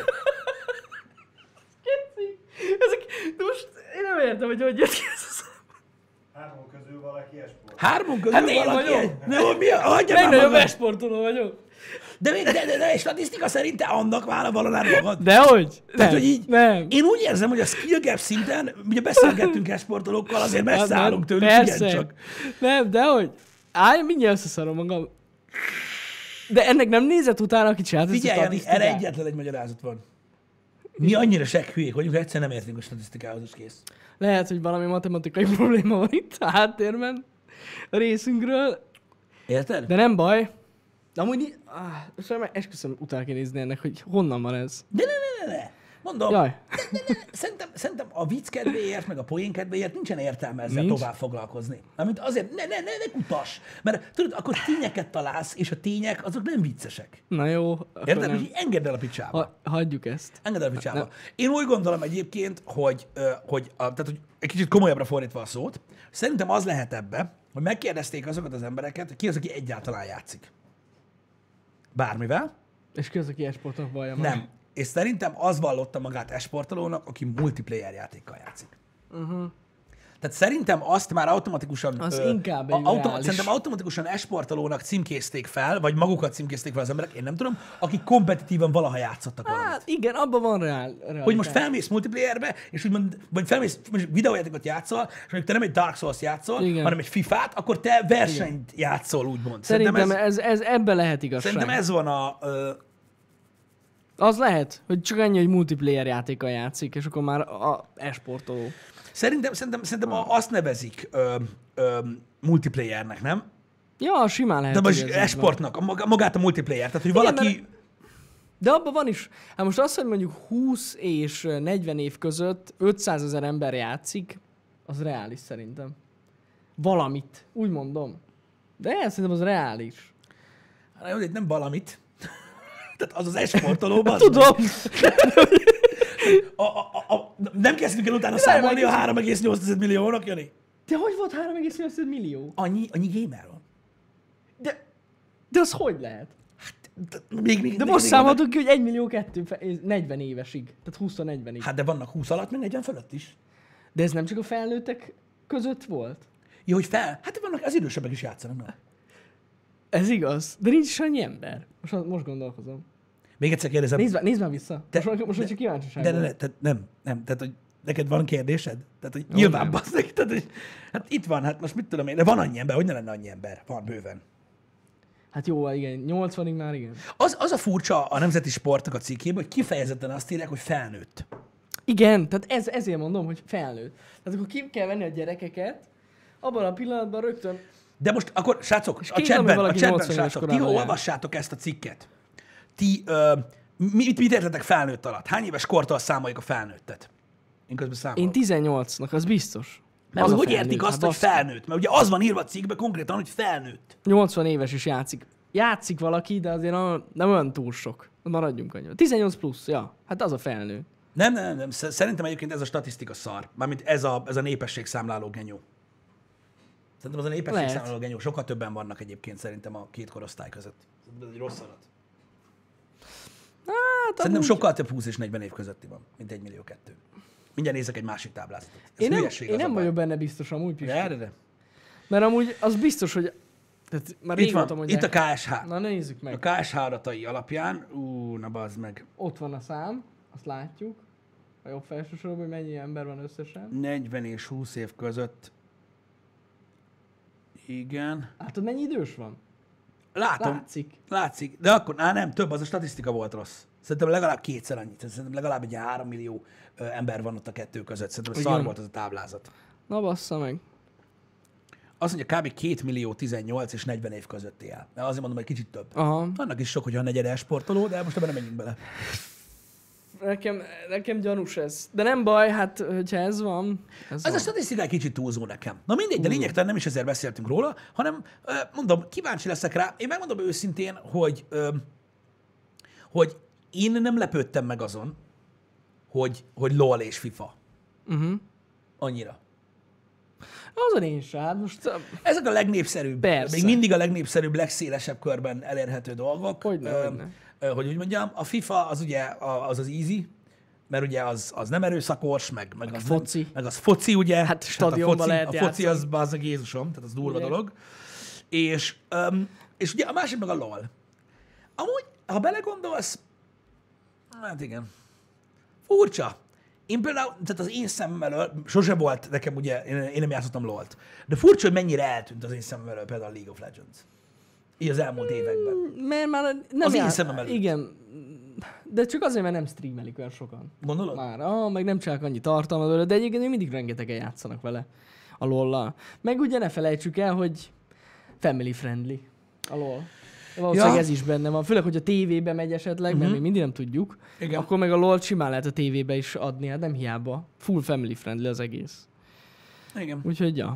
Ezek, de most én nem értem, hogy hogy jött ki ez a szám. Hármon közül valaki esport. Hármon közül Hát én valaki. vagyok. Ne, mi a? Hagyja már Legnagyobb magad. esportoló vagyok. De még, de, de, de, de statisztika szerint te annak vállalanál magad. Dehogy? Tehát, Nem. hogy így, Nem. én úgy érzem, hogy a skill gap szinten, ugye beszélgettünk esportolókkal, azért messze Hát, állunk tőlük, persze. igencsak. Nem, dehogy. Állj, mindjárt összeszarom magam. De ennek nem nézett utána, aki csinált ezt a Figyelj, Jani, statisztikát? erre egyetlen egy magyarázat van. Mi annyira seghülyék vagyunk, hogy egyszer nem értünk a statisztikához, és kész. Lehet, hogy valami matematikai probléma van itt a háttérben a részünkről, Érted? de nem baj. De amúgy, í- ah, sem esküszöm, utána kell nézni ennek, hogy honnan van ez. De ne, ne, ne, ne. Mondom, Jaj, szerintem, szerintem a vicc kedvéért, meg a poén kedvéért nincsen értelme ezzel Nincs. tovább foglalkozni. Amit azért ne, ne, ne, ne kutas. Mert tudod, akkor tényeket találsz, és a tények azok nem viccesek. na jó. akkor Érted? nem. Úgyhogy engedd el a picsába. Ha, hagyjuk ezt. Engedd el a picsába. Nem. Én úgy gondolom egyébként, hogy, ö, hogy, a, tehát, hogy egy kicsit komolyabbra fordítva a szót, szerintem az lehet ebbe, hogy megkérdezték azokat az embereket, hogy ki az, aki egyáltalán játszik. Bármivel. És ki az, aki esportnak vallja meg? Nem. És szerintem az vallotta magát esportolónak, aki multiplayer játékkal játszik. Uh-huh. Tehát szerintem azt már automatikusan... Az ö, inkább egy a- autom- reális. Szerintem automatikusan esportolónak címkézték fel, vagy magukat címkézték fel az emberek, én nem tudom, akik kompetitívan valaha játszottak valamit. Hát igen, abban van reál, realitás. Hogy most felmész multiplayerbe, és úgymond, vagy felmész, most videójátékot játszol, és mondjuk te nem egy Dark Souls játszol, Igen. hanem egy fifát, akkor te versenyt Igen. játszol, úgymond. Szerintem ez, ez, ez, ebbe lehet igazság. szerintem ez van a... Ö, Az lehet, hogy csak annyi, hogy multiplayer játékkal játszik, és akkor már a esportoló. szerintem, szerintem, szerintem a, azt nevezik ö, ö, multiplayernek, nem? Ja, simán lehet. De hogy most ez így van. esportnak, a maga- magát a multiplayer. Tehát, hogy Igen, valaki... mert- De abban van is. Hát most az, hogy mondjuk húsz és negyven év között ötszázezer ember játszik, az reális szerintem. Valamit, úgy mondom. De én szerintem az reális. Hát jó, de itt nem valamit. Tehát az az esportoló, bazd Tudom. A, a, a, a, nem kezdtük el utána számolni a három egész nyolc milliónak, Jani? De hogy volt három egész nyolc millió? Annyi, annyi gamer van. De, de az hogy lehet? De, még, még, De még, most még- számoltuk ki, hogy egy millió kettő negyven évesig. Tehát húsz-negyvenig. Hát de vannak húsz alatt, meg negyven fölött is. De ez nem csak a felnőttek között volt? Jó, hogy fel. Hát vannak, az idősebbek is játszanak. Nem? Ez igaz. De nincs is annyi ember. Most, most gondolkozom. Még egyszer kérdezem. Nézd már, nézd már vissza. Te- most most csak kíváncsiság. De, de, volt. de, tehát nem, nem, tehát hogy neked van kérdésed? Tehát, hogy nyilván nem. bassz neki, tehát, hogy, hát itt van, hát most mit tudom én, de van annyi ember, hogy ne lenne annyi ember? Van bőven. Hát jó, igen, nyolcvanig már igen. Az, az a furcsa a Nemzeti Sportnak a cikkében, hogy kifejezetten azt írják, hogy felnőtt. Igen, tehát ez, ezért mondom, hogy felnőtt. Tehát akkor ki kell venni a gyerekeket, abban a pillanatban rögtön. De most akkor, srácok, És a képzeld, chatben, hogy a valaki chatben nyolcvan éves srácok, ti korában jár. olvassátok ezt a cikket. Ti, ö, mit, mit értetek felnőtt alatt? Hány éves kortól számoljuk a felnőttet? Én közben számolok. Én tizennyolcnak, az biztos. Mert Az hogy a hogy értik felnőtt, azt, hát hogy basszus. felnőtt? Mert ugye az van írva a cikkben konkrétan, hogy felnőtt. nyolcvan éves is játszik. Játszik valaki, de azért nem, nem olyan túl sok. Maradjunk annyi. tizennyolc plusz, ja. Hát az a felnő. Nem, nem, nem. Sz- Szerintem egyébként ez a statisztika szar. Mármint ez a, ez a népességszámláló genyó. Szerintem az a népességszámláló genyó. Sokkal többen vannak egyébként szerintem a két korosztály között. Szerintem ez egy rossz adat. Hát Szerintem amúgy- sokkal több húsz és negyven év közötti van, mint egy millió kettő. Mindjárt nézek egy másik táblázatot. Ez Én nem, hülyeség, én az a nem baj. vagyok benne biztos amúgy, Pisti. De, de, de. Mert amúgy az biztos, hogy... Tehát már Itt régóta van, mondják. itt a ká es há. Na nézzük meg. A ká es há adatai alapján, ú, na bazd meg, Ott van a szám, azt látjuk. A jobb felső sorban, hogy mennyi ember van összesen. negyven és húsz év között. Igen. Látod, mennyi idős van? Látom. Látszik. Látszik. De akkor, á nem, több, az a statisztika volt rossz. Szerintem legalább kétszer annyit. Szerintem legalább egy három millió ö, ember van ott a kettő között. Szerintem Igen. szar volt az a táblázat. Na bassza meg. Azt mondja, kb. két millió tizennyolc és negyven év közötti áll. De azért mondom, hogy kicsit több. Aha. Annak is sok, hogyha a negyed sportoló, de most ebben nem menjünk bele. Nekem, nekem gyanús ez. De nem baj, hát, hogyha ez van. Ez Az van. a statisztika egy kicsit túlzó nekem. Na mindegy, de lényegtelen nem is ezért beszéltünk róla, hanem ö, mondom, kíváncsi leszek rá. Én megmondom őszintén, hogy, ö, hogy én nem lepődtem meg azon, hogy, hogy LOL és FIFA. Uh-huh. Annyira. Azon én sem. Hát most Ezek a legnépszerűbb, Persze. még mindig a legnépszerűbb, legszélesebb körben elérhető dolgok. Hogyne, Ö, hogyne. ö, Hogy úgy mondjam, a FIFA az ugye a- az az easy, mert ugye az, az nem erőszakos, meg, meg, az foci. Nem, meg az foci, ugye. Hát Tehát stadionban a foci, lehet A foci játszani. az bazdmeg Jézusom, tehát az durva Ugye? dolog. És, öm, és ugye a másik meg a LOL. Amúgy, ha belegondolsz, hát igen, furcsa. Én például, tehát az én szemem elől, sose volt nekem ugye, én, én nem játszottam LOL-t, de furcsa, hogy mennyire eltűnt az én szemem elől például a League of Legends. Így az elmúlt években. mert már nem Az én jár- szemem előtt. Igen. De csak azért, mert nem streamelik olyan sokan. Gondolod? Már, ah, meg nem csinálnak annyi tartalmat vele, de egyébként még mindig rengetegen játszanak vele a lollal. Meg ugye ne felejtsük el, hogy family friendly a lol. Valószínűleg Ja. ez is benne van, főleg, hogy a tévébe megy esetleg, mert Mhm. még mindig nem tudjuk. Igen. Akkor meg a lol simán lehet a tévébe is adni, hát nem hiába. Full family friendly az egész. Igen. Úgyhogy ja.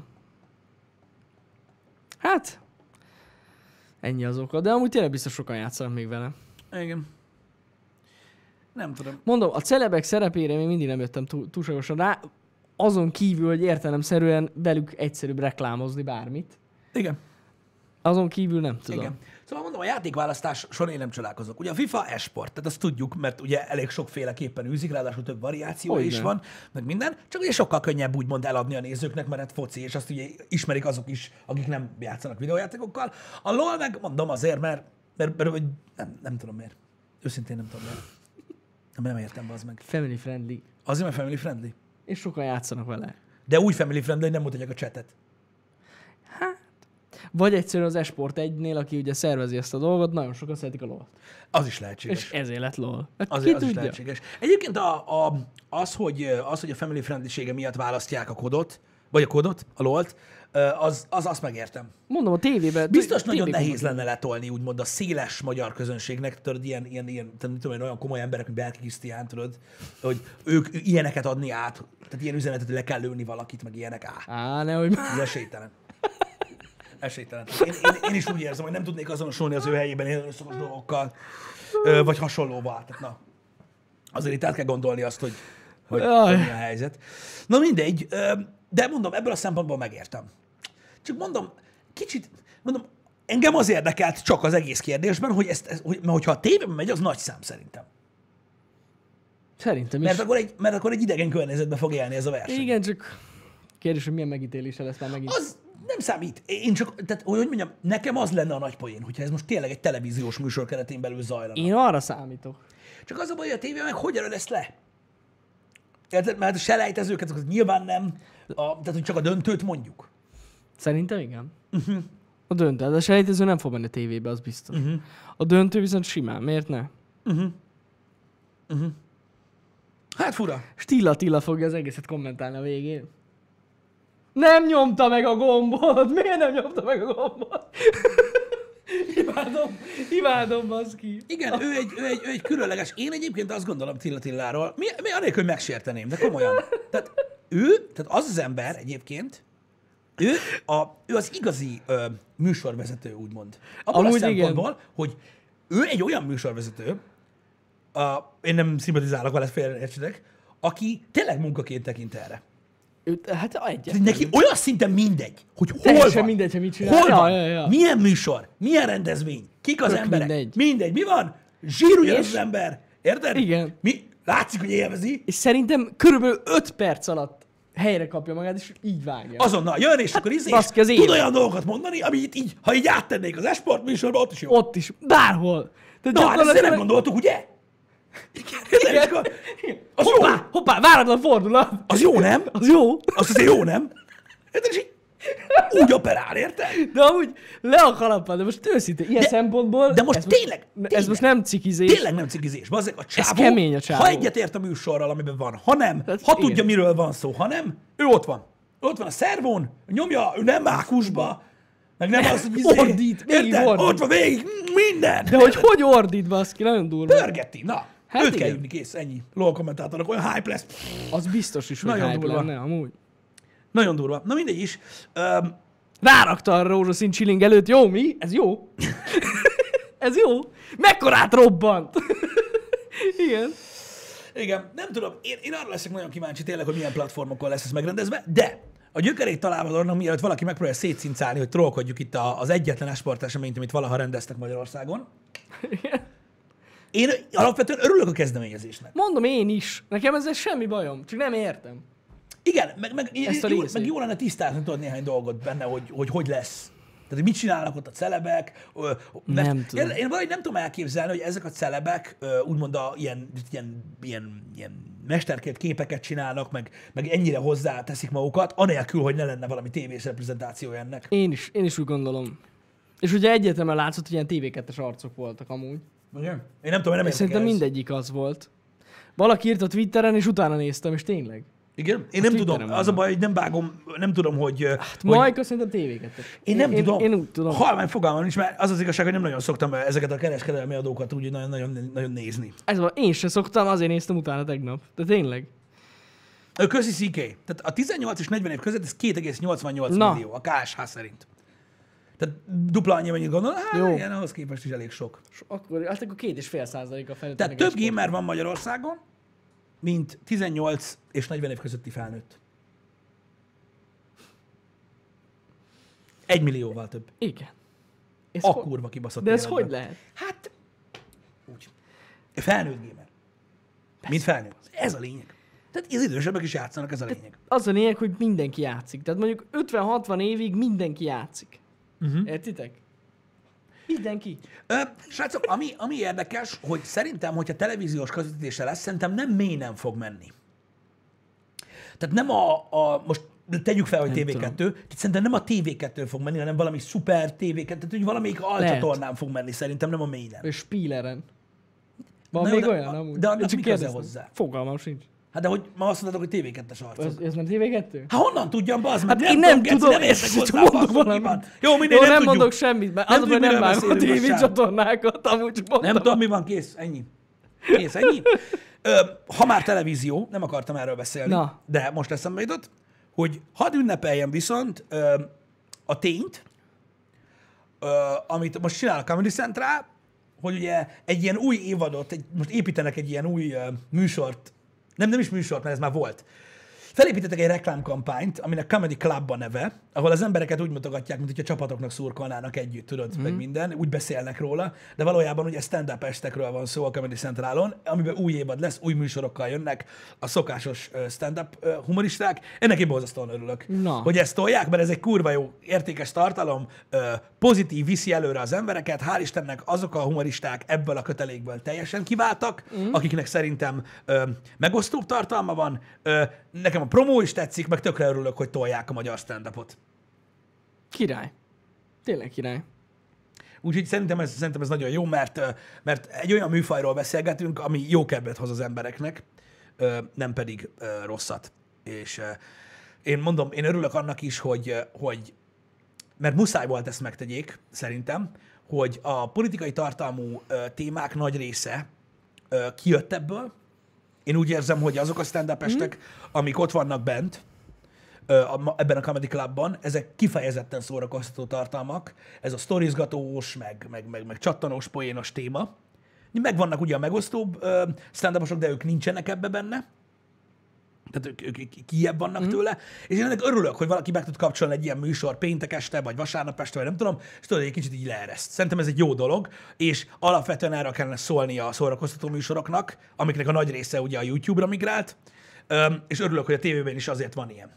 Hát, ennyi az oka, de amúgy tényleg biztos sokan játszanak még vele. Igen. Nem tudom. Mondom, a celebek szerepére még mindig nem jöttem túl, túlságosan rá, azon kívül, hogy értelemszerűen velük egyszerűbb reklámozni bármit. Igen. Azon kívül nem tudom. Igen. Szóval mondom, a játékválasztáson én nem csodálkozok. Ugye a FIFA esport, tehát azt tudjuk, mert ugye elég sokféleképpen űzik, ráadásul több variáció is van, meg minden, csak ugye sokkal könnyebb úgymond eladni a nézőknek, mert hát foci, és azt ugye ismerik azok is, akik nem játszanak videójátékokkal. A LoL meg mondom azért, mert, mert, mert, mert nem, nem tudom miért. Őszintén nem tudom miért. Nem, nem értem, az meg. Family friendly. Azért, mert family friendly. És sokan játszanak vele. De úgy family friendly, hogy nem mutatják a chatet. Hát. Vagy egyszerűen az Esport egynél, aki ugye szervezi ezt a dolgot, nagyon sokan szeretik a LoL-t. Az is lehetséges. És ezért lett LoL. Hát Az, ki az is tudja? lehetséges. Egyébként a, a, az, hogy, az, hogy a family friendlysége miatt választják a kodot, vagy a kodot, a lolt, az, az azt megértem. Mondom, a tévében... Biztos nagyon nehéz lenne letolni, úgymond a széles magyar közönségnek, tudod, ilyen, ilyen, ilyen tehát, tudom, olyan komoly emberek, mint Berki Krisztián, tudod, hogy ők ilyeneket adni át, tehát ilyen üzenetet, hogy le kell lőni valakit, meg ilyenek á. Á, nehogy már. Ez esélytelen. Esélytelen. Én, én, én, is úgy érzem, hogy nem tudnék azonosulni az ő helyében élő szokos dolgokkal, vagy hasonlóval. Tehát, na, azért itt át kell gondolni azt, hogy, hogy, hogy mi a helyzet. Na mindegy, de mondom, ebből a szempontból megértem. Csak mondom, kicsit, mondom, engem az érdekelt csak az egész kérdésben, hogy ezt, ezt hogy, mert hogyha a tévében megy, az nagy szám szerintem. Szerintem is. Mert akkor egy, mert akkor egy idegen környezetben fog élni ez a verseny. Igen, csak kérdés, hogy milyen megítélése lesz már megint. Az nem számít. Én csak, tehát, hogy mondjam, nekem az lenne a nagy poén, hogyha ez most tényleg egy televíziós műsor keretén belül zajlana. Én arra számítok. Csak az a baj, hogy a tévé meg hogyan lesz le? Érted? Mert a selejtezőket, az nyilván nem, a, tehát hogy csak a döntőt mondjuk. Szerintem igen. Uh-huh. A döntő, de a selejtező nem fog menni a tévébe, az biztos. Uh-huh. A döntő viszont simán, miért ne? Uh-huh. Uh-huh. Hát fura. Stilla Attila fogja az egészet kommentálni a végén. Nem nyomta meg a gombot! Miért nem nyomta meg a gombot? imádom, imádom, baszki. Igen, ő egy, ő, egy, ő egy különleges. Én egyébként azt gondolom Tilla Tilláról, mi, mi anélkül, hogy megsérteném, de komolyan. Tehát ő, tehát az az ember egyébként, ő, a, ő az igazi ö, műsorvezető, úgymond. Abból Amúgy a szempontból, igen. hogy ő egy olyan műsorvezető, a, én nem szimpatizálok vele, félreértsetek, aki tényleg munkaként tekint erre. Ő, hát egyet. Tehát neki olyan szinten mindegy, hogy hol Teljesen van, mindegy, hogy mit csinál. hol Ja, van, ja, ja. milyen műsor, milyen rendezvény, kik az Tök emberek, mindegy. mindegy, mi van, zsír ugyanaz És- az ember, érted? Igen. Mi? Látszik, hogy élvezi, És szerintem körülbelül öt perc alatt helyre kapja magát, és így vágja. azonnal jön, és akkor izé, Baszki, az tud élet. olyan dolgokat mondani, amit így, ha így áttennék az esport műsorba, ott is jó. Ott is, bárhol. Tehát Na, hát ezt nem gondoltuk, ugye? Igen. És akkor- Az jó, Hoppá, hoppá, váratlan fordulat. az jó, nem? Az jó. Az azért jó, nem? Érted? És így úgy operál, érted? De amúgy le a kalappal, de most őszintén, ilyen De- szempontból... de most ez tényleg, Ez tényleg. most nem cikizés. Tényleg nem cikizés. Bazzeg, a csávó, kemény a csávó. ha egyetért a műsorral, amiben van, ha nem, Tehát ha igen. tudja, miről van szó, ha nem, ő ott van. Ott van a szervón, nyomja, ő nem mákusba, meg nem az, hogy izé, Ordít, végig érted? ordít. Ott van végig, minden. De hogy hogy ordít, baszki, nagyon durva. Pörgeti, na. Hát őt kell igen. hívni, kész, ennyi. LOL kommentátorok, olyan hype lesz. Az biztos is, hogy Nagyon hype durva. lenne, amúgy. Nagyon durva. Na mindegy is. Um, Rárakta a rózsaszín chilling előtt, jó mi? Ez jó. Ez jó. Mekkorát robbant. Igen. igen, nem tudom, én, én arra leszek nagyon kíváncsi tényleg, hogy milyen platformokon lesz ez megrendezve, de a gyökerét találva dolognak, mielőtt valaki megpróbálja szétszincálni, hogy trollkodjuk itt a, az egyetlen esport eseményt, amit valaha rendeztek Magyarországon. Igen. Én alapvetően örülök a kezdeményezésnek. Mondom én is. Nekem ezzel semmi bajom, csak nem értem. Igen, meg, meg, Ezt a jó, részét. meg jó lenne tisztázni tudod néhány dolgot benne, hogy, hogy hogy lesz. Tehát, hogy mit csinálnak ott a celebek. ö, mert Nem tudom. Én, én valahogy nem tudom elképzelni, hogy ezek a celebek ö, úgymond a, ilyen, ilyen, ilyen, ilyen mesterkélt képeket csinálnak, meg, meg ennyire hozzá teszik magukat, anélkül, hogy ne lenne valami tévés reprezentáció ennek. Én is, én is úgy gondolom. És ugye egyetemen látszott, hogy ilyen té vé kettes arcok voltak amúgy. Igen? Én nem tudom, én nem És értek szerintem ehhez. mindegyik az volt. Valaki írt a Twitteren, és utána néztem, és tényleg. Igen? Én nem Twitteren tudom. van. Az a baj, hogy nem vágom, nem tudom, hogy... Hát hogy Majka szerintem té vé kettes. én nem én, tudom. Én, én úgy tudom. Halvány fogalmam nincs, mert az az igazság, hogy nem nagyon szoktam ezeket a kereskedelmi adókat úgy nagyon, nagyon, nagyon nézni. Ez van, én se szoktam, azért néztem utána tegnap. De tényleg. Köszi szé ké. Tehát a tizennyolc és negyven év között ez két egész nyolcvannyolc Na. millió a ká es há szerint. Tehát dupla annyi, mennyit gondol, hát Jó. igen, ahhoz képest is elég sok. És akkor, hát akkor két és fél százalék a felnőtt. Tehát több gamer van Magyarországon, mint tizennyolc és negyven év közötti felnőtt. Egy millióval több. Igen. Ez A ho- kurva kibaszott De ez életben. hogy lehet? Hát, úgy. Felnőtt gamer. Mint felnőtt. Ez a lényeg. Tehát az idősebbek is játszanak, ez a lényeg. Az a lényeg, hogy mindenki játszik. Tehát mondjuk ötven-hatvan évig mindenki játszik. Uh-huh. Értitek? Mindenki. Ö, srácok, ami, ami érdekes, hogy szerintem, hogyha televíziós közvetítése lesz, szerintem nem mély nem fog menni. Tehát nem a, a most tegyük fel, hogy Nem té vé kettő, tehát szerintem nem a té vé kettő fog menni, hanem valami szuper té vé kettő, tehát hogy valamelyik alcsatornán fog menni, szerintem nem a mélyen. Ő Spieleren. Van Na jó, még de- olyan amúgy? de annak Én csak mi köze kérdeztem. hozzá? Fogalmam sincs. Hát de hogy ma azt mondod, hogy té vé kettes arcok. Ez, ez nem té vé kettő? Hát honnan tudjam, bazd meg? Hát én nem Geci, tudom, nem értek ezt hozzá, mondok basszok, mi valamit. van. Jó, mindegy, Jó, nem, nem tudjuk. mondok semmit, mert Nem az, hogy tudjuk, nem miről vágom a beszélünk most sem. tévécsatornákat, amúgy csak mondtam. Nem tudom, mi van, kész, ennyi. Kész, ennyi. Ö, ha már televízió, nem akartam erről beszélni, Na. de most eszembe jutott, hogy hadd ünnepeljem viszont ö, a tényt, ö, amit most csinál a Comedy Central, hogy ugye egy ilyen új évadot, egy, most építenek egy ilyen új ö, műsort, nem, nem is műsort, mert ez már volt. Felépítettek egy reklámkampányt, aminek Comedy Club a neve, ahol az embereket úgy mutogatják, mint hogyha csapatoknak szurkolnának együtt, tudod, mm. meg minden, úgy beszélnek róla, de valójában ugye stand-up estekről van szó a Comedy Centralon, amiben új évad lesz, új műsorokkal jönnek a szokásos ö, stand-up ö, humoristák. Ennek én borzasztóan örülök, Na. hogy ezt tolják, mert ez egy kurva jó, értékes tartalom, ö, pozitív, viszi előre az embereket. Hál' Istennek azok a humoristák ebből a kötelékből teljesen kiváltak, mm. akiknek szerintem ö, megosztóbb tartalma van. Ö, nekem a promó is tetszik, meg tökre örülök, hogy tolják a magyar stand-upot. Király. Tényleg király. Úgyhogy szerintem ez, szerintem ez nagyon jó, mert, ö, mert egy olyan műfajról beszélgetünk, ami jó kedvet hoz az embereknek, ö, nem pedig ö, rosszat. És ö, én mondom, én örülök annak is, hogy, ö, hogy mert muszáj volt ezt megtegyék, szerintem, hogy a politikai tartalmú ö, témák nagy része ö, kijött ebből. Én úgy érzem, hogy azok a stand-up estek, mm. amik ott vannak bent, ö, a, ebben a Comedy Clubban, ezek kifejezetten szórakoztató tartalmak. Ez a sztorizgatós, meg, meg, meg, meg csattanós, poénos téma. Megvannak ugye a megosztóbb ö, stand-uposok, de ők nincsenek ebbe benne. Tehát ők, ők, ők kijebb vannak mm. tőle. És én ennek örülök, hogy valaki meg tud kapcsolni egy ilyen műsor péntek este, vagy vasárnap este, vagy nem tudom, és tudod, egy kicsit így leereszt. Szerintem ez egy jó dolog, és alapvetően erre kellene szólni a szórakoztató műsoroknak, amiknek a nagy része ugye a YouTube-ra migrált, Öm, és örülök, hogy a tévében is azért van ilyen.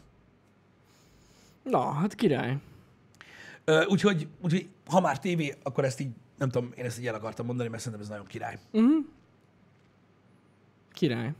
Na, hát király. Ö, úgyhogy, úgyhogy, ha már tévé, akkor ezt így, nem tudom, én ezt így el akartam mondani, mert szerintem ez nagyon király. Uh-huh. Király.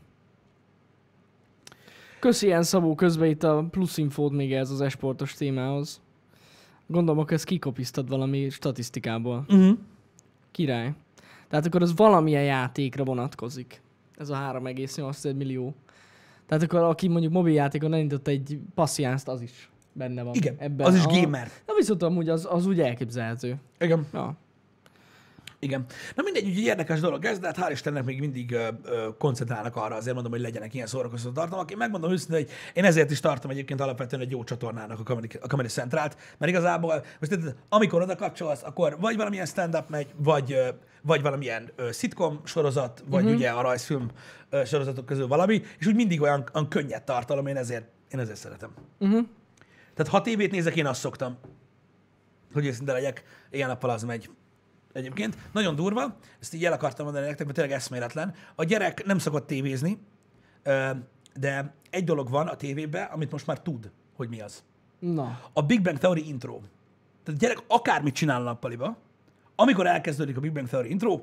Köszi ilyen Szabó közben itt a plusz infót még ez az esportos témához. Gondolom, akkor ezt kikopisztad valami statisztikából. Uh-huh. Király. Tehát akkor az valamilyen játékra vonatkozik. Ez a három egész nyolc millió. Tehát akkor aki mondjuk mobiljátékon elindított egy passziánzt, az is benne van. Igen, ebben. az is a... gamer. Na viszont amúgy az, az úgy elképzelhető. Igen. Ja. Igen. Na mindegy, úgyhogy érdekes dolog ez, de hát hál' Istennek még mindig ö, ö, koncentrálnak arra, azért mondom, hogy legyenek ilyen szórakoztató tartalmak. Én megmondom őszintén, hogy én ezért is tartom egyébként alapvetően egy jó csatornának a Comedy, a Comedy Centralt, mert igazából most tehát, amikor oda kapcsolsz, akkor vagy valamilyen stand-up megy, vagy, ö, vagy valamilyen ö, szitkom sorozat, vagy uh-huh. ugye a rajzfilm ö, sorozatok közül valami, és úgy mindig olyan, olyan könnyed tartalom, én ezért, én ezért szeretem. Uh-huh. Tehát ha tévét nézek, én azt szoktam, hogy őszinte legyek, ilyen nappal az megy. Egyébként nagyon durva, ezt így el akartam mondani nektek, mert tényleg eszméletlen. A gyerek nem szokott tévézni, de egy dolog van a tévében, amit most már tud, hogy mi az. Na. A Big Bang Theory intro. Tehát a gyerek akármit csinál a nappaliba, amikor elkezdődik a Big Bang Theory intro,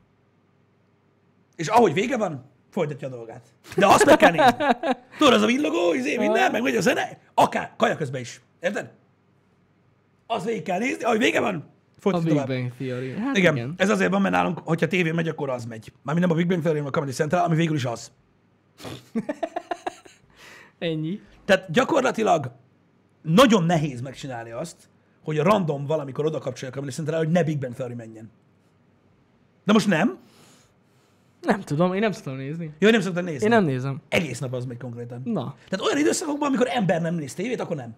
és ahogy vége van, folytatja a dolgát. De azt meg kell nézni. Tudod, az a villogó, izé, minden, meg megy a zene, akár, kaja közben is. Érted? Azt végig kell nézni, ahogy vége van, A folytatja Big tovább. Bang Theory. Hát Igen, igen. ez azért van, mert nálunk, hogyha tévé megy, akkor az megy. Mármint nem a Big Bang Theory, hanem a Comedy Central, ami végül is az. Ennyi. Tehát gyakorlatilag nagyon nehéz megcsinálni azt, hogy a random valamikor oda kapcsolja a Comedy Central, hogy ne Big Bang Theory menjen. De most nem. Nem tudom, én nem szoktam nézni. Jó, nem szoktad nézni. Én nem nézem. Egész nap az megy konkrétan. Na. Tehát olyan időszakokban, amikor ember nem néz tévét, akkor nem.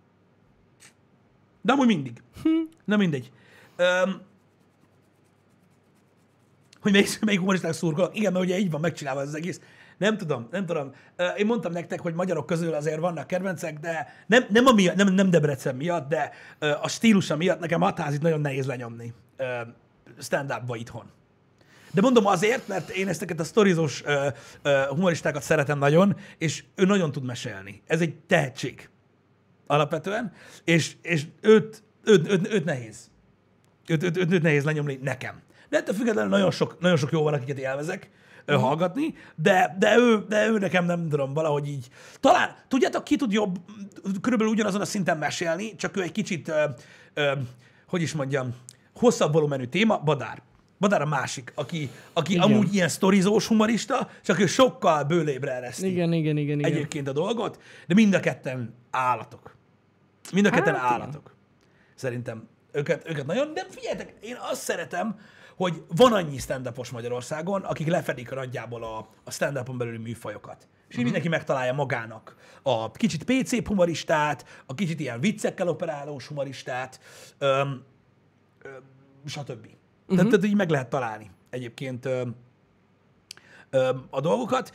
De amúgy mindig. Na mindegy. Öm, hogy melyik, melyik humoristák szurkolok. Igen, mert ugye így van megcsinálva ez az egész. Nem tudom, nem tudom. Ö, Én mondtam nektek, hogy magyarok közül azért vannak kedvencek, de nem, nem, a miatt, nem, nem Debrecen miatt, de ö, a stílusa miatt nekem Hatházit nagyon nehéz lenyomni ö, stand-upba itthon. De mondom azért, mert én ezteket a sztorizós ö, ö, humoristákat szeretem nagyon, és ő nagyon tud mesélni. Ez egy tehetség alapvetően, és, és őt, őt, őt, őt nehéz. Őt, őt, őt, őt nehéz lenyomni nekem. De ettől függetlenül nagyon sok, nagyon sok jó van, akiket élvezek ö, hallgatni, de, de, ő, de ő nekem nem tudom, valahogy így. Talán, tudjátok, ki tud jobb, körülbelül ugyanazon a szinten mesélni, csak ő egy kicsit, ö, ö, hogy is mondjam, hosszabb volumenű téma, Badár. Badár a másik, aki, aki amúgy ilyen sztorizós humorista, csak ő sokkal bőlébre ereszti Igen, igen, igen, igen. egyébként a dolgot, de mind a ketten állatok. Mind a ketten Hát, állatok. Szerintem őket, őket nagyon, de figyeljetek, én azt szeretem, hogy van annyi stand-upos Magyarországon, akik lefedik nagyjából a, a stand-upon belüli műfajokat. És így Uh-huh. mindenki megtalálja magának a kicsit pé cé humoristát, a kicsit ilyen viccekkel operálós humoristát, öm, öm, stb. Uh-huh. Tehát, tehát így meg lehet találni egyébként öm, öm, a dolgokat.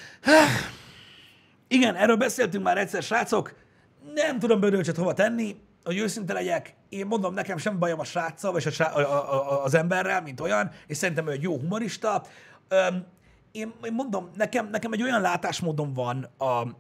Igen, erről beszéltünk már egyszer, srácok. Nem tudom Bödölcsöt hova tenni, hogy őszinte legyek. Én mondom, nekem sem bajom a sráccal, vagy a, srá- a, a, a, az emberrel, mint olyan, és szerintem ő egy jó humorista. Öm, én, én mondom, nekem, nekem egy olyan látásmódom van a, a,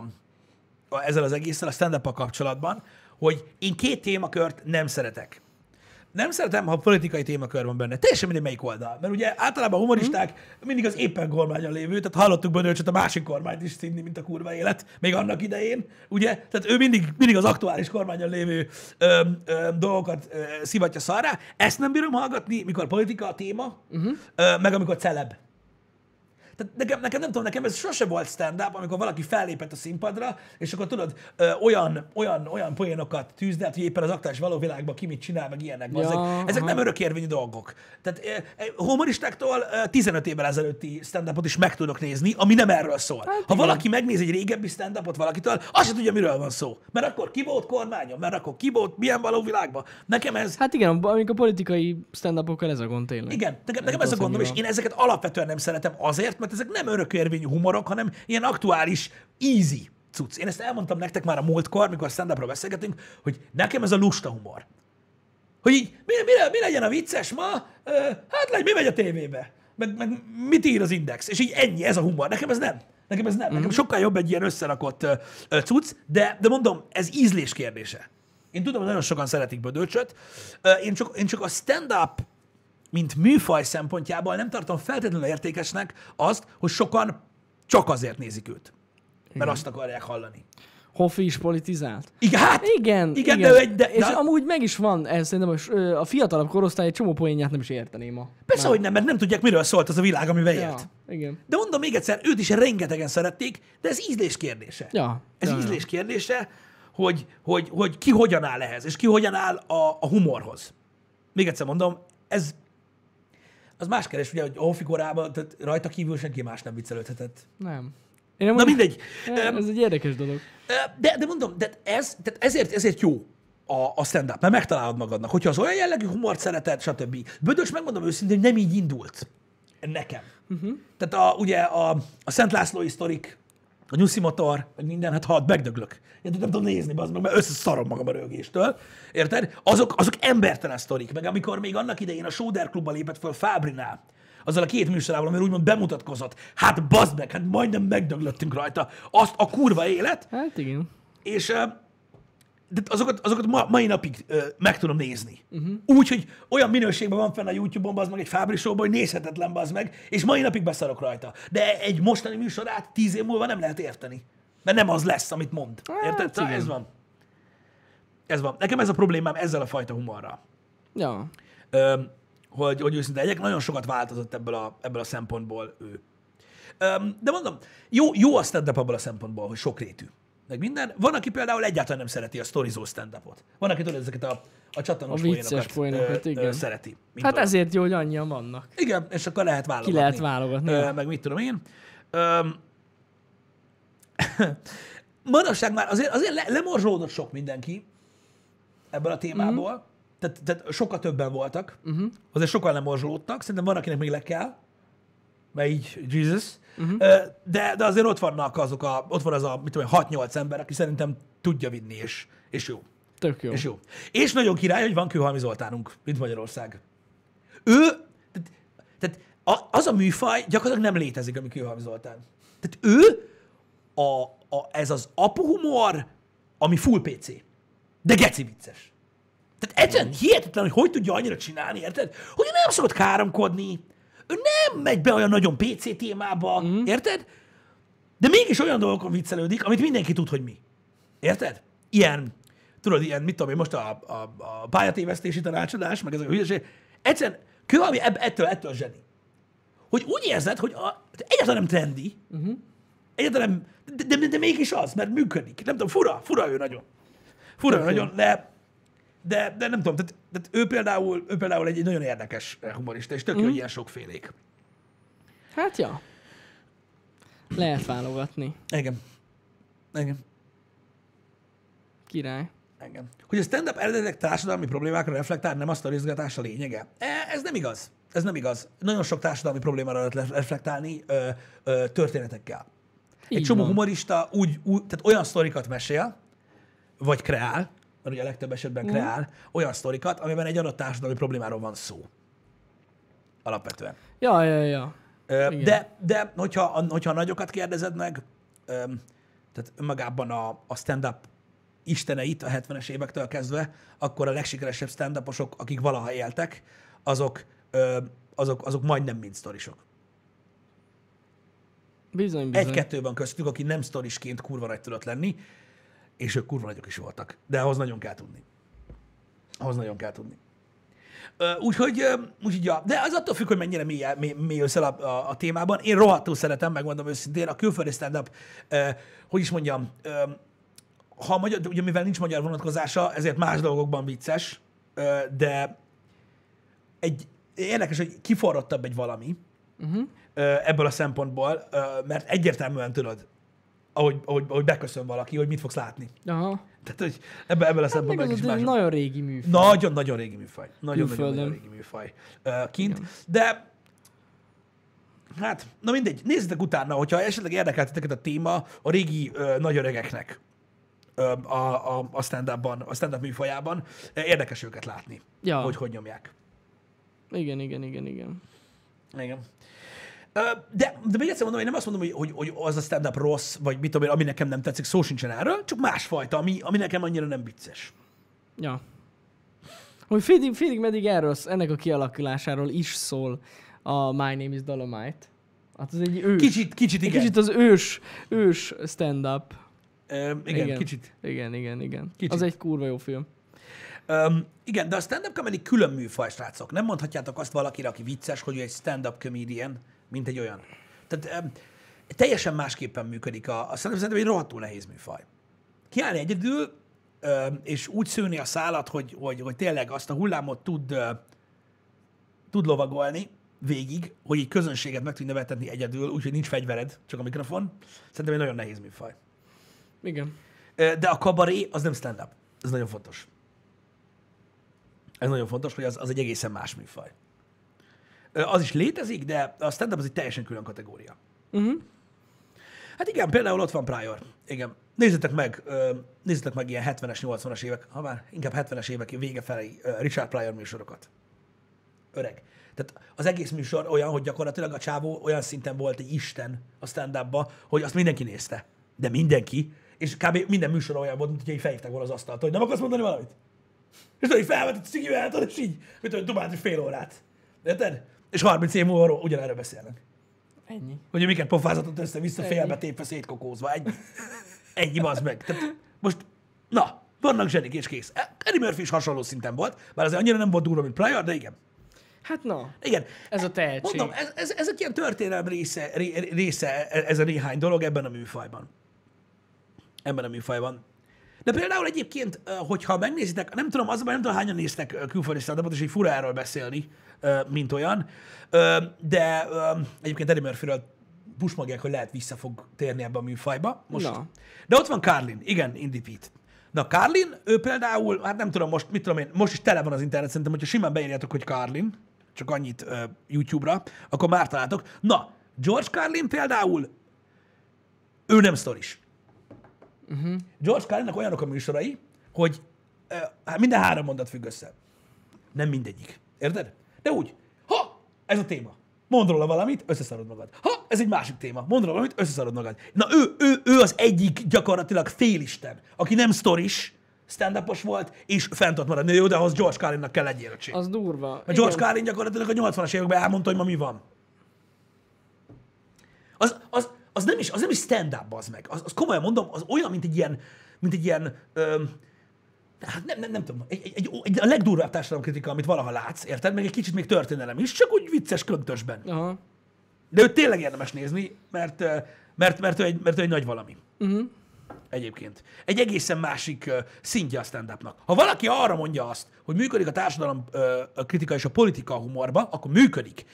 a, ezzel az egésszel, a stand-up-a kapcsolatban, hogy én két témakört nem szeretek. Nem szeretem, ha politikai témakör van benne. Teljesen mindegy, melyik oldal. Mert ugye általában a humoristák mindig az éppen kormányon lévő, tehát hallottuk Bödölcsöt a másik kormányt is színni, mint a kurva élet, még annak idején, ugye? Tehát ő mindig, mindig az aktuális kormányon lévő ö, ö, dolgokat ö, szivatja szarrá. Ezt nem bírom hallgatni, mikor politika a téma, uh-huh. ö, meg amikor celeb. Tehát nekem, nekem nem tudom, nekem ez sose volt stand-up, amikor valaki fellépett a színpadra, és akkor tudod, ö, olyan, olyan, olyan poénokat tűzdelt, hogy éppen az aktuális való világban ki mit csinál, meg ilyenek. Ja, Ezek, ezek aha. nem örökérvényű dolgok. Tehát ö, ö, humoristáktól ö, tizenöt évvel ezelőtti stand-upot is meg tudok nézni, ami nem erről szól. Hát ha igen. valaki megnéz egy régebbi stand-upot valakitől, azt sem tudja, miről van szó. Mert akkor ki volt kormányon, mert akkor ki volt milyen való világban. Nekem ez... Hát igen, amikor a politikai stand-upokkal ez a gond tényleg. Igen, nekem, nekem Nem ez a tudom, gondom, és mi én van. ezeket alapvetően nem szeretem azért, mert ezek nem örökérvényű humorok, hanem ilyen aktuális, easy cucc. Én ezt elmondtam nektek már a múltkor, mikor stand-upról beszélgetünk, hogy nekem ez a lusta humor. Hogy így, mi, mi, mi legyen a vicces ma? Ö, hát legy, mi megy a tévébe? Meg, meg mit ír az Index? És így ennyi, ez a humor. Nekem ez nem. Nekem ez nem. Mm-hmm. Nekem sokkal jobb egy ilyen összerakott ö, ö, cucc, de, de mondom, ez ízlés kérdése. Én tudom, hogy nagyon sokan szeretik Bödölcsöt. Ö, Én csak, én csak a stand-up mint műfaj szempontjából nem tartom feltétlenül értékesnek azt, hogy sokan csak azért nézik őt. Mert Igen. azt akarják hallani. Hoffi is politizált. Igen, hát, Igen, igen, igen. de ő egy... De, És de, amúgy meg is van, ez szerintem hogy ö, a fiatalabb korosztály egy csomó poénját nem is érteném ma. persze, hogy nem, mert nem tudják, miről szólt az a világ, amiben élt. Ja, igen. De mondom még egyszer, őt is rengetegen szerették, de ez ízlés kérdése. Ja. Ez ja, ízlés kérdése, hogy, hogy, hogy ki hogyan áll ehhez, és ki hogyan áll a, a humorhoz. Még egyszer mondom, ez az más keres, ugye, hogy a Hoffi korában, tehát rajta kívül senki más nem viccelődhetett. Nem. Én nem Na mondom- mindegy. Ja, ez egy érdekes dolog. De, de mondom, de ez, tehát ezért, ezért jó a, a stand-up, mert megtalálod magadnak. Hogyha az olyan jellegű humort szereted, stb. Bödös, megmondom őszintén, hogy nem így indult nekem. Uh-huh. Tehát a, ugye a, a Szent Lászlói sztorik, a Nyuszi motor, meg minden, hát halt, megdöglök. Én nem tudom nézni, az meg, mert összeszarom magam a rögéstől. Érted? Azok, azok embertelen sztorik. Meg amikor még annak idején a Sóder Klubba lépett föl Fábrinál, azzal a két műsorával, amiről úgymond bemutatkozott. Hát bazd meg, hát majdnem megdöglöttünk rajta. Azt a kurva élet, Hát igen. és ö, de azokat, azokat ma, mai napig ö, meg tudom nézni. Uh-huh. Úgy, hogy olyan minőségben van fenn a YouTube-on, az meg egy Fábri show-ban, hogy nézhetetlen az meg, és mai napig beszarok rajta. De egy mostani műsorát tíz év múlva nem lehet érteni. Mert nem az lesz, amit mond. Érted? Hát Szóval igen. ez van. Ez van. Nekem ez a problémám ezzel a fajta humorral. Ja. Ö, hogy, hogy őszinte legyek, nagyon sokat változott ebből a, ebből a szempontból ő. Ö, de mondom, jó, jó a stand-up abból a szempontból, hogy sokrétű. Meg minden. Van, aki például egyáltalán nem szereti a sztorizó stand-upot. Van, aki tudod ezeket a, a csatanos A vicces poénokat, ö, igen. Ö, szereti. mint Hát olyan. ezért jó, hogy annyian vannak. Igen, és akkor lehet válogatni. Ki lehet válogatni. Ö, meg mit tudom én. Ö, manapság már azért, azért le, lemorzsolódott sok mindenki ebből a témából. Mhm. Mm-hmm. Tehát, tehát sokkal többen voltak. Mm-hmm. Azért sokan lemorzsolódtak. Szerintem van, akinek még le kell. mert így Jesus. Uh-huh. De, de azért ott vannak azok a, ott van az a, mit tudom, hat-nyolc ember, aki szerintem tudja vinni, és, és jó. Tök jó. És jó. És nagyon király, hogy van Kőhalmi Zoltánunk, mint Magyarország. Ő, tehát, tehát az a műfaj gyakorlatilag nem létezik, ami Kőhalmi Zoltán. Tehát ő, a, a, ez az apuhumor, ami full pé cé. De geci vicces. Tehát egyszerűen hihetetlen, hogy hogy tudja annyira csinálni, érted? Hogy nem szokott káromkodni, ő nem megy be olyan nagyon pé cé témába, mm. érted? De mégis olyan dolgokon viccelődik, amit mindenki tud, hogy mi. Érted? Ilyen, tudod, ilyen, mit tudom én, most a, a, a pályatévesztési tanácsadás, meg ez a hülyeség. Egyszerűen Kőhalmi ettől, ettől zseni. Hogy úgy érzed, hogy a, egyáltalán nem trendi, uh-huh. egyáltalán nem, de, de, de mégis az, mert működik. Nem tudom, fura, fura ő nagyon. Fura ő nagyon, de, de, de nem tudom, tehát, tehát ő, például, ő például egy, egy nagyon érdekes humorista, és tök jó, uh-huh. hogy ilyen sokfélék. Hát ja. Lehet válogatni. Igen. Igen. Király. Igen. Hogy a stand-up eredetileg társadalmi problémákra reflektál, nem azt a rizgatás a lényege. E, ez nem igaz. Ez nem igaz. Nagyon sok társadalmi problémára lehet reflektálni ö, ö, történetekkel. Így egy csomó van. Humorista úgy, úgy, tehát olyan sztorikat mesél, vagy kreál, mert ugye a legtöbb esetben kreál, mm. olyan sztorikat, amiben egy adott társadalmi problémáról van szó. Alapvetően. Ja, ja, ja. Ö, de, de hogyha, hogyha a nagyokat kérdezed meg, ö, tehát önmagában a, a stand-up isteneit a hetvenes évektől kezdve, akkor a legsikeresebb stand-uposok, akik valaha éltek, azok, ö, azok, azok majdnem mind sztorisok. Bizony, bizony. Egy-kettő van köztük, aki nem sztorisként kurva nagy tudott lenni, és ők kurva nagyok is voltak. De ahhoz nagyon kell tudni. Ahhoz nagyon kell tudni. Úgyhogy, úgyhogy ja. De az attól függ, hogy mennyire mély, mély, mélyülsz el a, a, a témában. Én rohadtul szeretem, megmondom őszintén, a külföldi stand-up, eh, hogy is mondjam, eh, ha magyar, ugye mivel nincs magyar vonatkozása, ezért más dolgokban vicces, eh, de egy, érdekes, hogy kiforrottabb egy valami uh-huh. eh, ebből a szempontból, eh, mert egyértelműen tudod, ahogy, ahogy, ahogy beköszön valaki, hogy mit fogsz látni. Aha. Tehát, hogy ebben, ebben a hát szempontból meg is az más. Nagyon régi műfaj. Nagyon-nagyon régi műfaj. Nagyon-nagyon Nagyon régi műfaj uh, kint. Igen. De hát, na mindegy, nézzetek utána, hogyha esetleg érdekel titeket a téma a régi uh, nagyöregeknek uh, a, a, a stand-upban, a stand-up műfajában, uh, érdekes őket látni, ja. hogy hogy nyomják. Igen, igen, igen, igen. Igen. De, de még egyszer mondom, én nem azt mondom, hogy, hogy, hogy az a stand-up rossz, vagy mit tudom én, ami nekem nem tetszik, szó sincsen erről, csak másfajta, ami, ami nekem annyira nem vicces. Ja. Hogy félig, félig meddig erről, ennek a kialakulásáról is szól a My Name is Dolomite. Hát az egy ős. Kicsit, kicsit igen. Kicsit az ős, ős stand-up. Uh, igen, igen, kicsit. Igen, igen, igen. Kicsit. Az egy kurva jó film. Um, igen, de a stand-up comedy külön műfaj, srácok. Nem mondhatjátok azt valakire, aki vicces, hogy ő egy stand-up comedian, mint egy olyan. Tehát um, teljesen másképpen működik a, a stand-up, szerintem egy rohadtul nehéz műfaj. Kiállni egyedül, um, és úgy szőni a szálat, hogy, hogy, hogy tényleg azt a hullámot tud, uh, tud lovagolni végig, hogy egy közönséget meg tudj nevetetni egyedül, úgyhogy nincs fegyvered, csak a mikrofon. Szerintem egy nagyon nehéz műfaj. Igen. Uh, de a kabaré az nem stand-up. Ez nagyon fontos. Ez nagyon fontos, hogy az, az egy egészen más műfaj. Az is létezik, de a stand-up az egy teljesen külön kategória. Uh-huh. Hát igen, például ott van Pryor. Igen. Nézzétek meg, nézzétek meg ilyen hetvenes, nyolcvanas évek, ha már inkább hetvenes évek vége felé Richard Pryor műsorokat. Öreg. Tehát az egész műsor olyan, hogy gyakorlatilag a csávó olyan szinten volt egy isten a stand-upba, hogy azt mindenki nézte. De mindenki. És kb. Minden műsor olyan volt, mint hogy így felhívták volna az asztalt, hogy nem akarsz mondani valamit? És tudod, így felvetett a cigivel, tudod, és így, mint hogy dobált egy fél órát. Érted? És harminc év múlva ugyanerről beszélnek. Ennyi. Hogy miket pofázatot össze-vissza, félbe tépve, szétkokózva. Ennyi. Ennyi, bazd meg. Tehát most, na, vannak zsenik és kész. Eddie Murphy is hasonló szinten volt, bár azért annyira nem volt durva, mint Pryor, de igen. Hát na, igen. Ez a tehetség. Mondom, ez, ez, ez egy ilyen történelem része, ré, része, ez a néhány dolog ebben a műfajban. Ebben a műfajban. De például egyébként, hogyha megnézitek, nem tudom, azonban nem tudom, hányan néztek külföldi stand-upot, és így fura erről beszélni, mint olyan, de egyébként Eddie Murphyről pusmogják, hogy lehet vissza fog térni ebbe a műfajba most. Na. De ott van Carlin, igen, Indie Pete. Na Carlin, ő például, hát nem tudom, most mit tudom én, most is tele van az internet, szerintem, hogyha simán beírjátok, hogy Carlin, csak annyit uh, YouTube-ra, akkor már találtok. Na, George Carlin például, ő nem sztoris. Uh-huh. George Carlinnak olyanok a műsorai, hogy uh, hát minden három mondat függ össze. Nem mindegyik. Érted? De úgy, ha ez a téma, mondd róla valamit, összeszarod magad. Ha ez egy másik téma, mondd róla valamit, összeszarod magad. Na ő, ő, ő az egyik gyakorlatilag félisten, aki nem sztoris, stand-upos volt, és fent ott maradni. Jó, de ahhoz George Carlinnak kell legyél, öcsém. Az durva. Mert George Carlin gyakorlatilag a nyolcvanas években elmondta, hogy ma mi van. Az, az, az nem is, az nem is stand-up, az meg. Az, az komolyan mondom, az olyan, mint egy ilyen, mint egy ilyen, öm, hát nem, nem, nem tudom, egy, egy, egy, egy, a legdurvább társadalomkritika, amit valaha látsz, érted? Meg egy kicsit még történelem is, csak úgy vicces köntösben. Aha. De őt tényleg érdemes nézni, mert, mert, mert, ő, egy, mert ő egy nagy valami. Uh-huh. Egyébként. Egy egészen másik uh, szintje a stand-upnak. Ha valaki arra mondja azt, hogy működik a társadalom uh, a kritika és a politika a humorba, akkor működik.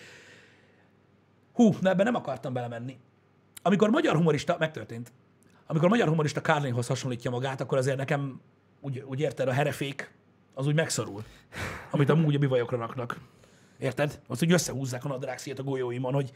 Hú, na ebben nem akartam belemenni. Amikor magyar humorista, megtörtént, amikor magyar humorista Carlinhoz hasonlítja magát, akkor azért nekem, úgy, úgy érted, a herefék, az úgy megszorul, amit amúgy a bivajokra raknak. Érted? Azt úgy összehúzzák a nadrág szét a golyóimon, hogy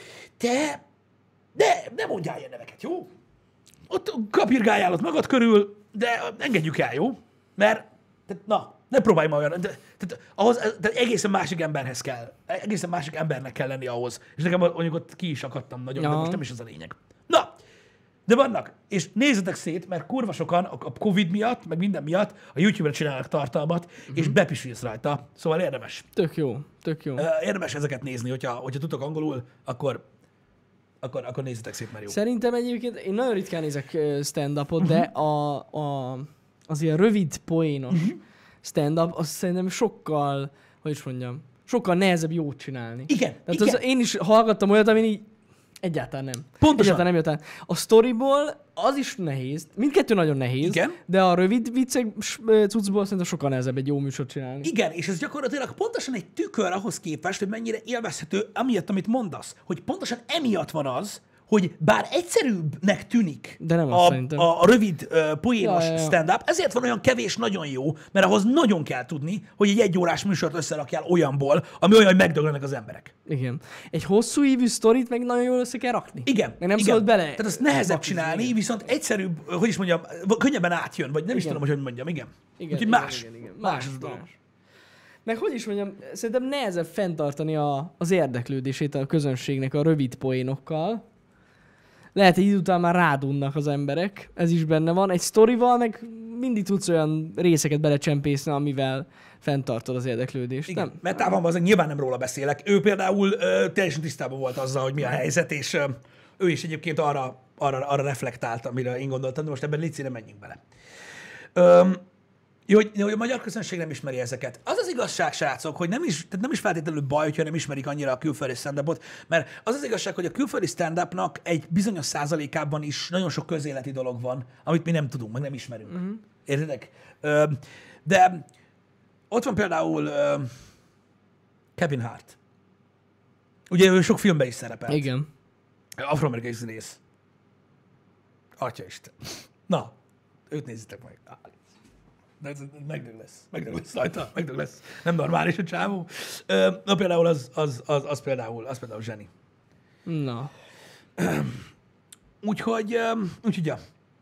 te, de ne mondjál ilyen neveket, jó? Ott kapirgáljál ott magad körül, de engedjük el, jó? Mert, tehát, na, ne próbálj ma olyan, de, tehát, ahhoz, tehát egészen másik emberhez kell, egészen másik embernek kell lenni ahhoz. És nekem mondjuk ott ki is akadtam nagyon, ja. De most nem is az a lényeg. Na, de vannak, és nézzetek szét, mert kurva sokan a Covid miatt, meg minden miatt a YouTube-ra csinálnak tartalmat, uh-huh. és bepisülsz rajta. Szóval érdemes. Tök jó, tök jó. Érdemes ezeket nézni, hogyha, hogyha tudtok angolul, akkor Akkor, akkor nézzetek szét, mert jó. Szerintem egyébként én nagyon ritkán nézek stand-upot, uh-huh. de a, a, az ilyen rövid poénos uh-huh. stand-up, azt szerintem sokkal, hogy is mondjam, sokkal nehezebb jót csinálni. Igen, Tehát igen. Az, én is hallgattam olyat, amin így egyáltalán nem. Pontosan. Egyáltalán nem jöttem. A storyból az is nehéz, mindkettő nagyon nehéz, igen. De a rövid viccek cuccból szerintem sokkal nehezebb egy jó műsort csinálni. Igen, és ez gyakorlatilag pontosan egy tükör ahhoz képest, hogy mennyire élvezhető amiatt, amit mondasz. Hogy pontosan emiatt van az, hogy bár egyszerűbbnek tűnik de nem a, a, a rövid uh, poénos ja, ja, ja. stand-up, ezért van olyan kevés nagyon jó, mert ahhoz nagyon kell tudni, hogy egy egyórás műsort összerakjál olyanból, ami olyan, hogy megdöglenek az emberek. Igen. Egy hosszú ívű sztorit meg nagyon jól össze kell rakni. Igen. Meg nem igen. szabad bele. Tehát azt nehezebb bakizni, csinálni, igen. viszont egyszerűbb, hogy is mondjam, könnyebben átjön, vagy nem igen. is tudom, hogy hogy mondjam, igen. igen Úgyhogy igen, más. Igen, igen. Más, más az a dolog. Más. Meg hogy is mondjam, szerintem nehezebb fenntartani a, az érdeklődését a közönségnek a rövid poénokkal. Lehet, hogy idő után már rádunnak az emberek, ez is benne van. Egy sztorival meg mindig tudsz olyan részeket belecsempészni, amivel fenntartod az érdeklődést, Igen, nem? mert távol az nyilván nem róla beszélek. Ő például ö, teljesen tisztában volt azzal, hogy mi a helyzet, és ö, ő is egyébként arra, arra, arra reflektált, amire én gondoltam, de most ebben légy színe, menjünk bele. Öm, jó, hogy, hogy a magyar közönség nem ismeri ezeket. Az az igazság, srácok, hogy nem is, tehát nem is feltétlenül baj, hogyha nem ismerik annyira a külföldi stand-upot, mert az az igazság, hogy a külföldi stand-upnak egy bizonyos százalékában is nagyon sok közéleti dolog van, amit mi nem tudunk, meg nem ismerünk. Uh-huh. Értedek? Öm, de ott van például uh, Kevin Hart. Ugye ő sok filmben is szerepelt. Igen. Afroamerikai színész. Atyaisten. Na, őt nézzétek meg. De ez megdög lesz. Megdög lesz rajta. Megdög lesz. Nem normális a csávó. Uh, na például az, az, az, az, például, az például zseni. Na. Úgyhogy, um, úgyhogy ja.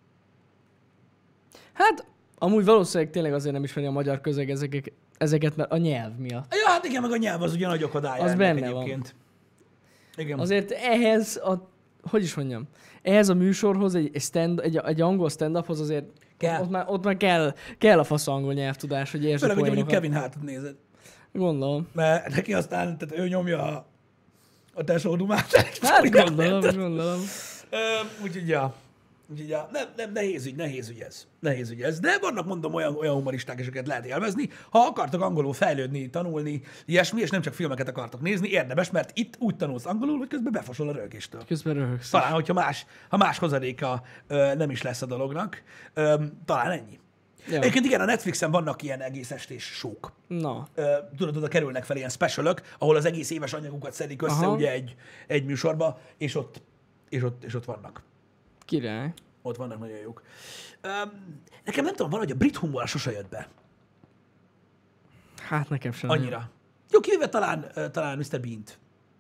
Hát, amúgy valószínűleg tényleg azért nem ismeri a magyar közeg ezeket, ezeket, mert a nyelv miatt. Ja, hát igen, meg a nyelv az ugye nagy akadálya. Az ennek benne egyébként. Van. Igen. Azért ehhez a, hogy is mondjam, ehhez a műsorhoz, egy, egy, stand, egy, egy angol stand-uphoz azért kell. Ott, már, ott már kell, kell a fasz angol nyelvtudás, hogy értsd a Főleg, hogy mondjuk poénokat. Kevin Hartot nézed. Gondolom. Mert neki aztán, tehát ő nyomja a, a tesódumát. Hát gondolom, gondolom. Úgyhogy ja. Úgyhogy ja. Nem, nem, nehéz ügy, nehéz ügy ez. Nehéz ügy ez. De vannak, mondom, olyan, olyan humoristák, és őket lehet élvezni. Ha akartok angolul fejlődni, tanulni, ilyesmi, és nem csak filmeket akartok nézni, érdemes, mert itt úgy tanulsz angolul, hogy közben befosol a röhögéstől. Közben röhögsz. Talán, hogyha más, ha más hozadéka ö, nem is lesz a dolognak, ö, talán ennyi. Ja. Egyébként igen, a Netflixen vannak ilyen egész estés sók. Na. Ö, tudod, oda kerülnek fel ilyen specialök, ahol az egész éves anyagukat szedik össze Aha. ugye egy, egy műsorba, és ott, és, ott, és ott vannak. Király. Ott vannak nagyon jók. Um, nekem nem tudom, valahogy a brit humor sose jött be. Hát nekem sem. Annyira. Jó, kivéve talán, uh, talán miszter Bean-t.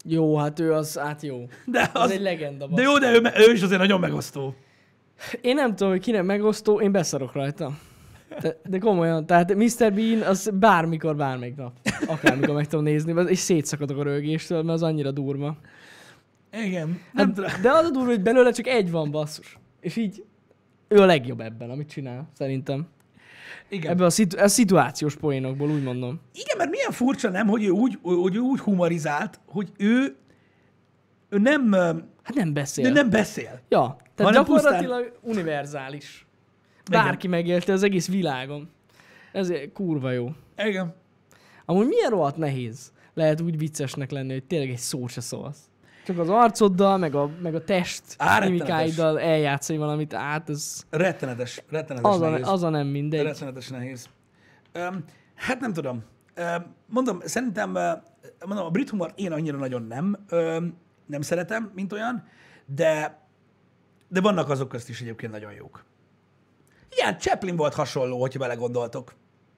Jó, hát ő az, hát jó. De, Az az, egy legenda. de jó, de ő, ő is azért nagyon megosztó. Én nem tudom, hogy kinek megosztó, én beszarok rajta. De, de komolyan, tehát miszter Bean az bármikor, bármelyik nap. Akármikor meg tudom nézni, és szétszakadok a rögéstől, mert az annyira durva. Igen. Nem tudom. Hát, de az a durva, hogy belőle csak egy van, basszus. És így ő a legjobb ebben, amit csinál, szerintem. Igen. Ebben a, szitu- a szituációs poénokból, úgy mondom. Igen, mert milyen furcsa nem, hogy ő úgy, hogy ő úgy humorizált, hogy ő, ő nem, Hát nem beszél. ő nem beszél. Ja, tehát Hanem gyakorlatilag pusztán... univerzális. Bárki megélte az egész világon. Ezért kurva jó. Igen. Amúgy milyen rohadt nehéz lehet úgy viccesnek lenni, hogy tényleg egy szót se szólsz. Csak az arcoddal, meg a, meg a test Á, mimikáiddal eljátszani valamit át, az Rettenetes, rettenetes az a, nehéz. az a nem mindegy. Rettenetes nehéz. Um, hát nem tudom. Um, mondom, szerintem, uh, mondom, a brit humor én annyira nagyon nem, um, nem szeretem, mint olyan, de, de vannak azok közt is egyébként nagyon jók. Igen, Chaplin volt hasonló, hogyha belegondoltok.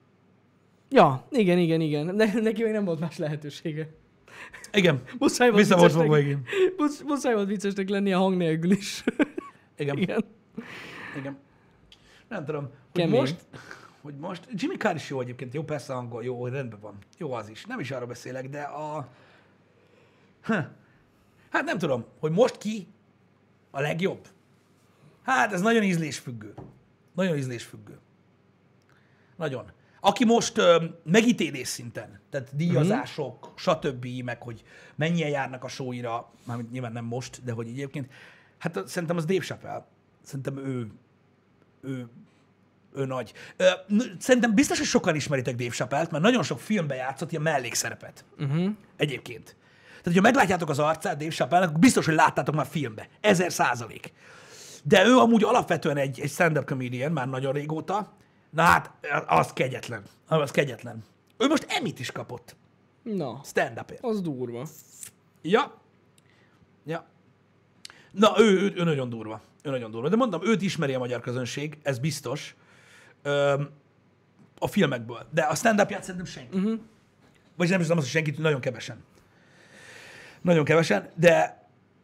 Ja, igen, igen, igen. De neki még nem volt más lehetősége. Igen, Muszáj volt, vissza volt viccesnek, fogva, igen. musz, muszáj volt viccesnek lenni a hang nélkül is. Igen. Igen. Igen. Nem tudom, hogy Kemény. most, hogy most, Jimmy Carr is jó egyébként, jó, persze angol, jó, hogy rendben van. Jó az is, nem is arra beszélek, de a... Huh. Hát nem tudom, hogy most ki a legjobb? Hát ez nagyon ízlésfüggő. Nagyon ízlésfüggő. Nagyon. Aki most ö, megítélés szinten, tehát díjazások, mm-hmm. stb., meg hogy mennyien járnak a show-ira, mármint nyilván nem most, de hogy egyébként, hát szerintem az Dave Chappelle. Szerintem ő, ő, ő nagy. Ö, szerintem biztos, hogy sokan ismeritek Dave Chappelle-t, mert nagyon sok filmben játszott ilyen mellékszerepet. Uh-huh. Egyébként. Tehát, hogyha meglátjátok az arcát Dave Chappelle-nek, akkor biztos, hogy láttátok már filmbe. Ezer százalék. De ő amúgy alapvetően egy, egy stand-up comedian, már nagyon régóta. Na hát, az kegyetlen. Az kegyetlen. Ő most Emmyt is kapott. Na, Stand-upért. az durva. Ja. Ja. Na, ő, ő, ő nagyon durva. Ő nagyon durva. De mondom, őt ismeri a magyar közönség, ez biztos. Öm, a filmekből. De a stand-upját szerintem senki. Uh-huh. Vagy nem is tudom azt, hogy senkit, nagyon kevesen. Nagyon kevesen, de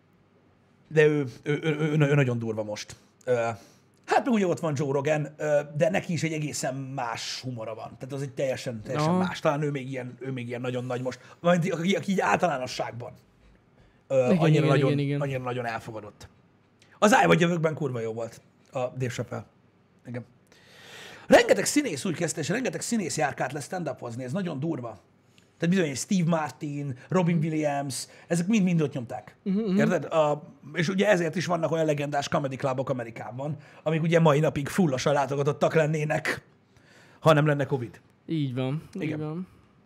de ő, ő, ő, ő, ő nagyon durva most. Ö, hát meg ugye ott van Joe Rogan, ö, de neki is egy egészen más humora van. Tehát az egy teljesen, teljesen no. más. Talán ő még ilyen, ő még ilyen nagyon nagy most. Vagy aki, aki így általánosságban ö, Igen, annyira, igen, nagyon, igen, igen. annyira nagyon elfogadott. Az Állj vagy jövőkben kurva jó volt a Dave Chappelle. Igen. Rengeteg színész úgy kezdte, és rengeteg színész járkált le stand-upozni, ez nagyon durva. Tehát bizony, Steve Martin, Robin Williams, ezek mind-mind ott nyomták. Uh-huh. Érted? A, és ugye ezért is vannak olyan legendás comedy clubok Amerikában, amik ugye mai napig fullosan látogatottak lennének, ha nem lenne Covid. Így van. Így Igen. van.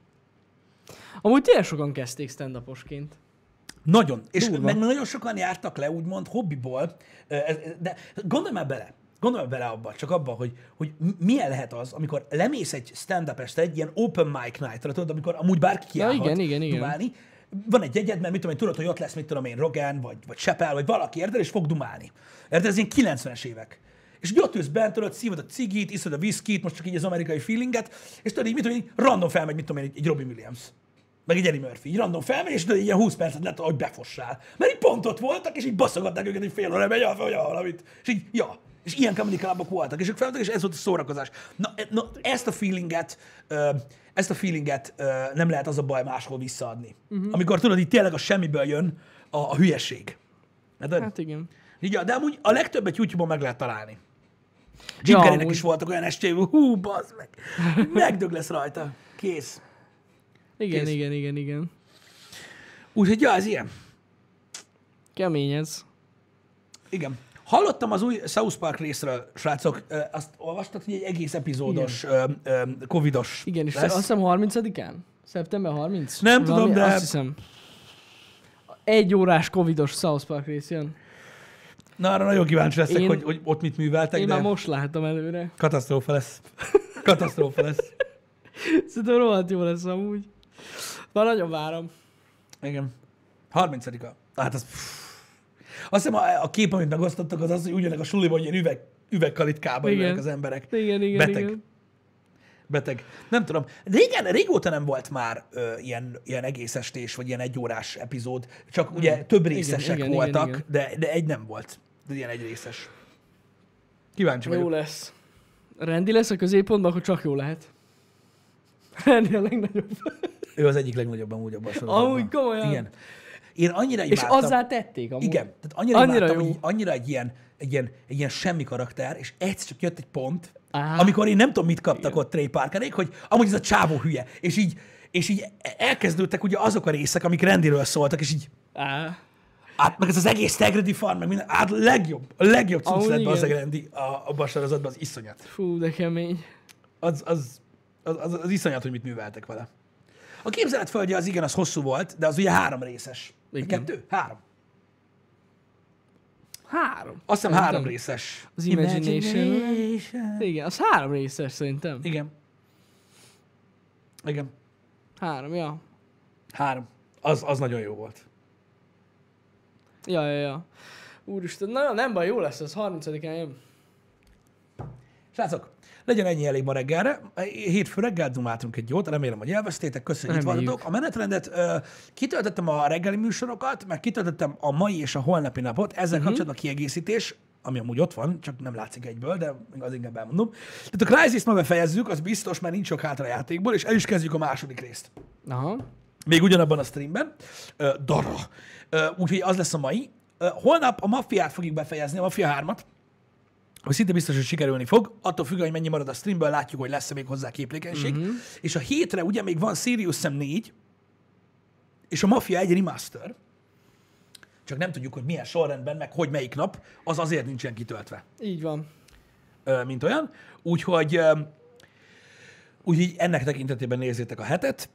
Amúgy tényleg sokan kezdték stand-uposként. Nagyon. És Durva. meg nagyon sokan jártak le, úgymond, hobbiból, de gondolj már bele, gondolj már bele abba, csak abba, hogy, hogy milyen lehet az, amikor lemész egy stand-up este, egy ilyen open mic night-ra, tudod, amikor amúgy bárki kiállhat igen, igen, igen. dumálni, van egy jegyed, mert mit tudom én, tudod, hogy ott lesz, mit tudom én, Rogan, vagy, vagy Chappelle, vagy valaki, érted, és fog dumálni. Érted, ez ilyen kilencvenes évek. És ugye ott ülsz bent, tudod, szívod a cigit, iszod a viszkit, most csak így az amerikai feelinget, és tudod, így, mit tudom én, random felmegy, mit tudom én, egy Robin Williams. Meg egy Eddie Murphy, így random felmegy, és tudod, így ilyen húsz percet lett, hogy befossál. Mert így pont ott voltak, és így baszogatták őket, hogy fél óra megy, hogy valamit. És így, ja. És ilyen comedy clubok voltak, és ők felmentek, és ez volt a szórakozás. Na, na ezt a feelinget, ö, ezt a feelinget ö, nem lehet az a baj máshol visszaadni. Uh-huh. Amikor tudod, így tényleg a semmiből jön a, a hülyeség. Hát, Hát igen. így, de amúgy a legtöbbet YouTube-on meg lehet találni. Jim Ja, Carreynek amúgy. is voltak olyan estéjű, hú, bazd meg. Megdög lesz rajta. Kész. Igen, Kész. igen, igen, igen. Úgyhogy ja, ez ilyen. Kemény ez. Igen. Hallottam az új South Park részről, srácok, ö, azt olvastad, hogy egy egész epizódos, ö, ö, covidos Igen, és lesz? azt hiszem harmincadikán? Szeptember harmincadikán? Nem tudom, de- Azt hiszem. Egy órás covidos South Park rész jön. Na, arra nagyon kíváncsi leszek, Én- hogy, hogy ott mit műveltek, Én de már most látom előre. katasztrófa lesz. Katasztrófa lesz. Szerintem rohadt jó lesz amúgy. Már nagyon várom. Igen. harmincadika. Hát az... Azt hiszem a, a kép, amit megosztottak, az az, hogy ugyanek a suliban ilyen üveg, üvegkalitkába Igen. ülnek az emberek. Igen, igen, Beteg. igen. Beteg. Nem tudom. Régen, régóta nem volt már ö, ilyen, ilyen egész estés, vagy ilyen egyórás epizód. Csak mm. ugye több részesek igen, voltak, igen, igen. De, de egy nem volt. De ilyen egy részes. Kíváncsi Jó vagyok. lesz. Rendi lesz a középpontban, akkor csak jó lehet. Rendi a legnagyobb. Ő az egyik legnagyobb amúgy abban a sorozatban. Amúgy komolyan. Igen. Én annyira És imádtam. azzá tették amúgy. Igen. Tehát annyira, Annyira imádtam, jó. hogy annyira egy ilyen, egy, ilyen, egy ilyen semmi karakter, és egyszer csak jött egy pont, Á. amikor én nem tudom, mit kaptak Igen. ott Trey Parkerék, hogy amúgy ez a csávó hülye. És így, és így elkezdődtek ugye azok a részek, amik Randyről szóltak, és így Á. át, meg ez az egész Tegredi farm, meg minden, át a legjobb, a legjobb cucc Amúgy lett be az a igen. Randy a, abban a sorozatban, az iszonyat. Fú, de kemény. Az, az, az, az, az iszonyat, hogy mit műveltek vele. A képzeletföldje az igen, az hosszú volt, de az ugye három részes. Igen. Kettő? Három. Három. Azt hiszem Nem három tudom. részes. Az Imagination. Imagination. Igen, az három részes szerintem. Igen. Igen. Három, ja. Három. Az, az nagyon jó volt. Ja, ja, ja. Úristen, na nem baj, jó lesz, ez harmincadikán jön. Srácok, legyen ennyi elég ma reggelre. Hétfő reggel dumáltunk egy jót, remélem, hogy élveztétek. Köszönjük, hogy itt Reméljük. voltatok. A menetrendet ö, kitöltöttem a reggeli műsorokat, meg kitöltöttem a mai és a holnapi napot. Ezzel uh-huh. kapcsolatban kiegészítés, ami amúgy ott van, csak nem látszik egyből, de az inkább elmondom. Tehát a Crysis-t ma befejezzük, az biztos, mert nincs sok hátra a játékból, és el is kezdjük a második részt. Aha. Még ugyanabban a streamben. Ö, Dara. Ö, úgyhogy az lesz a mai. Ö, holnap a Maffiát fogjuk befejezni, a Mafia hármat. Hogy szinte biztos, hogy sikerülni fog. Attól függ, hogy mennyi marad a streamből, látjuk, hogy lesz-e még hozzá képlékenység. Uh-huh. És a hétre ugye még van Serious Sam négy, és a Mafia egy remaster. Csak nem tudjuk, hogy milyen sorrendben, meg hogy melyik nap, az azért nincsen kitöltve, Így van. ö, mint olyan. Úgyhogy, ö, úgyhogy ennek tekintetében nézzétek a hetet.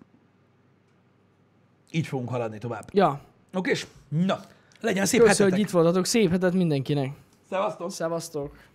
Így fogunk haladni tovább. Ja. Oké, és na, legyen szép Köszönöm, hetetek. hogy itt voltatok. Szép hetet mindenkinek. Szevasztok! Szevasztok.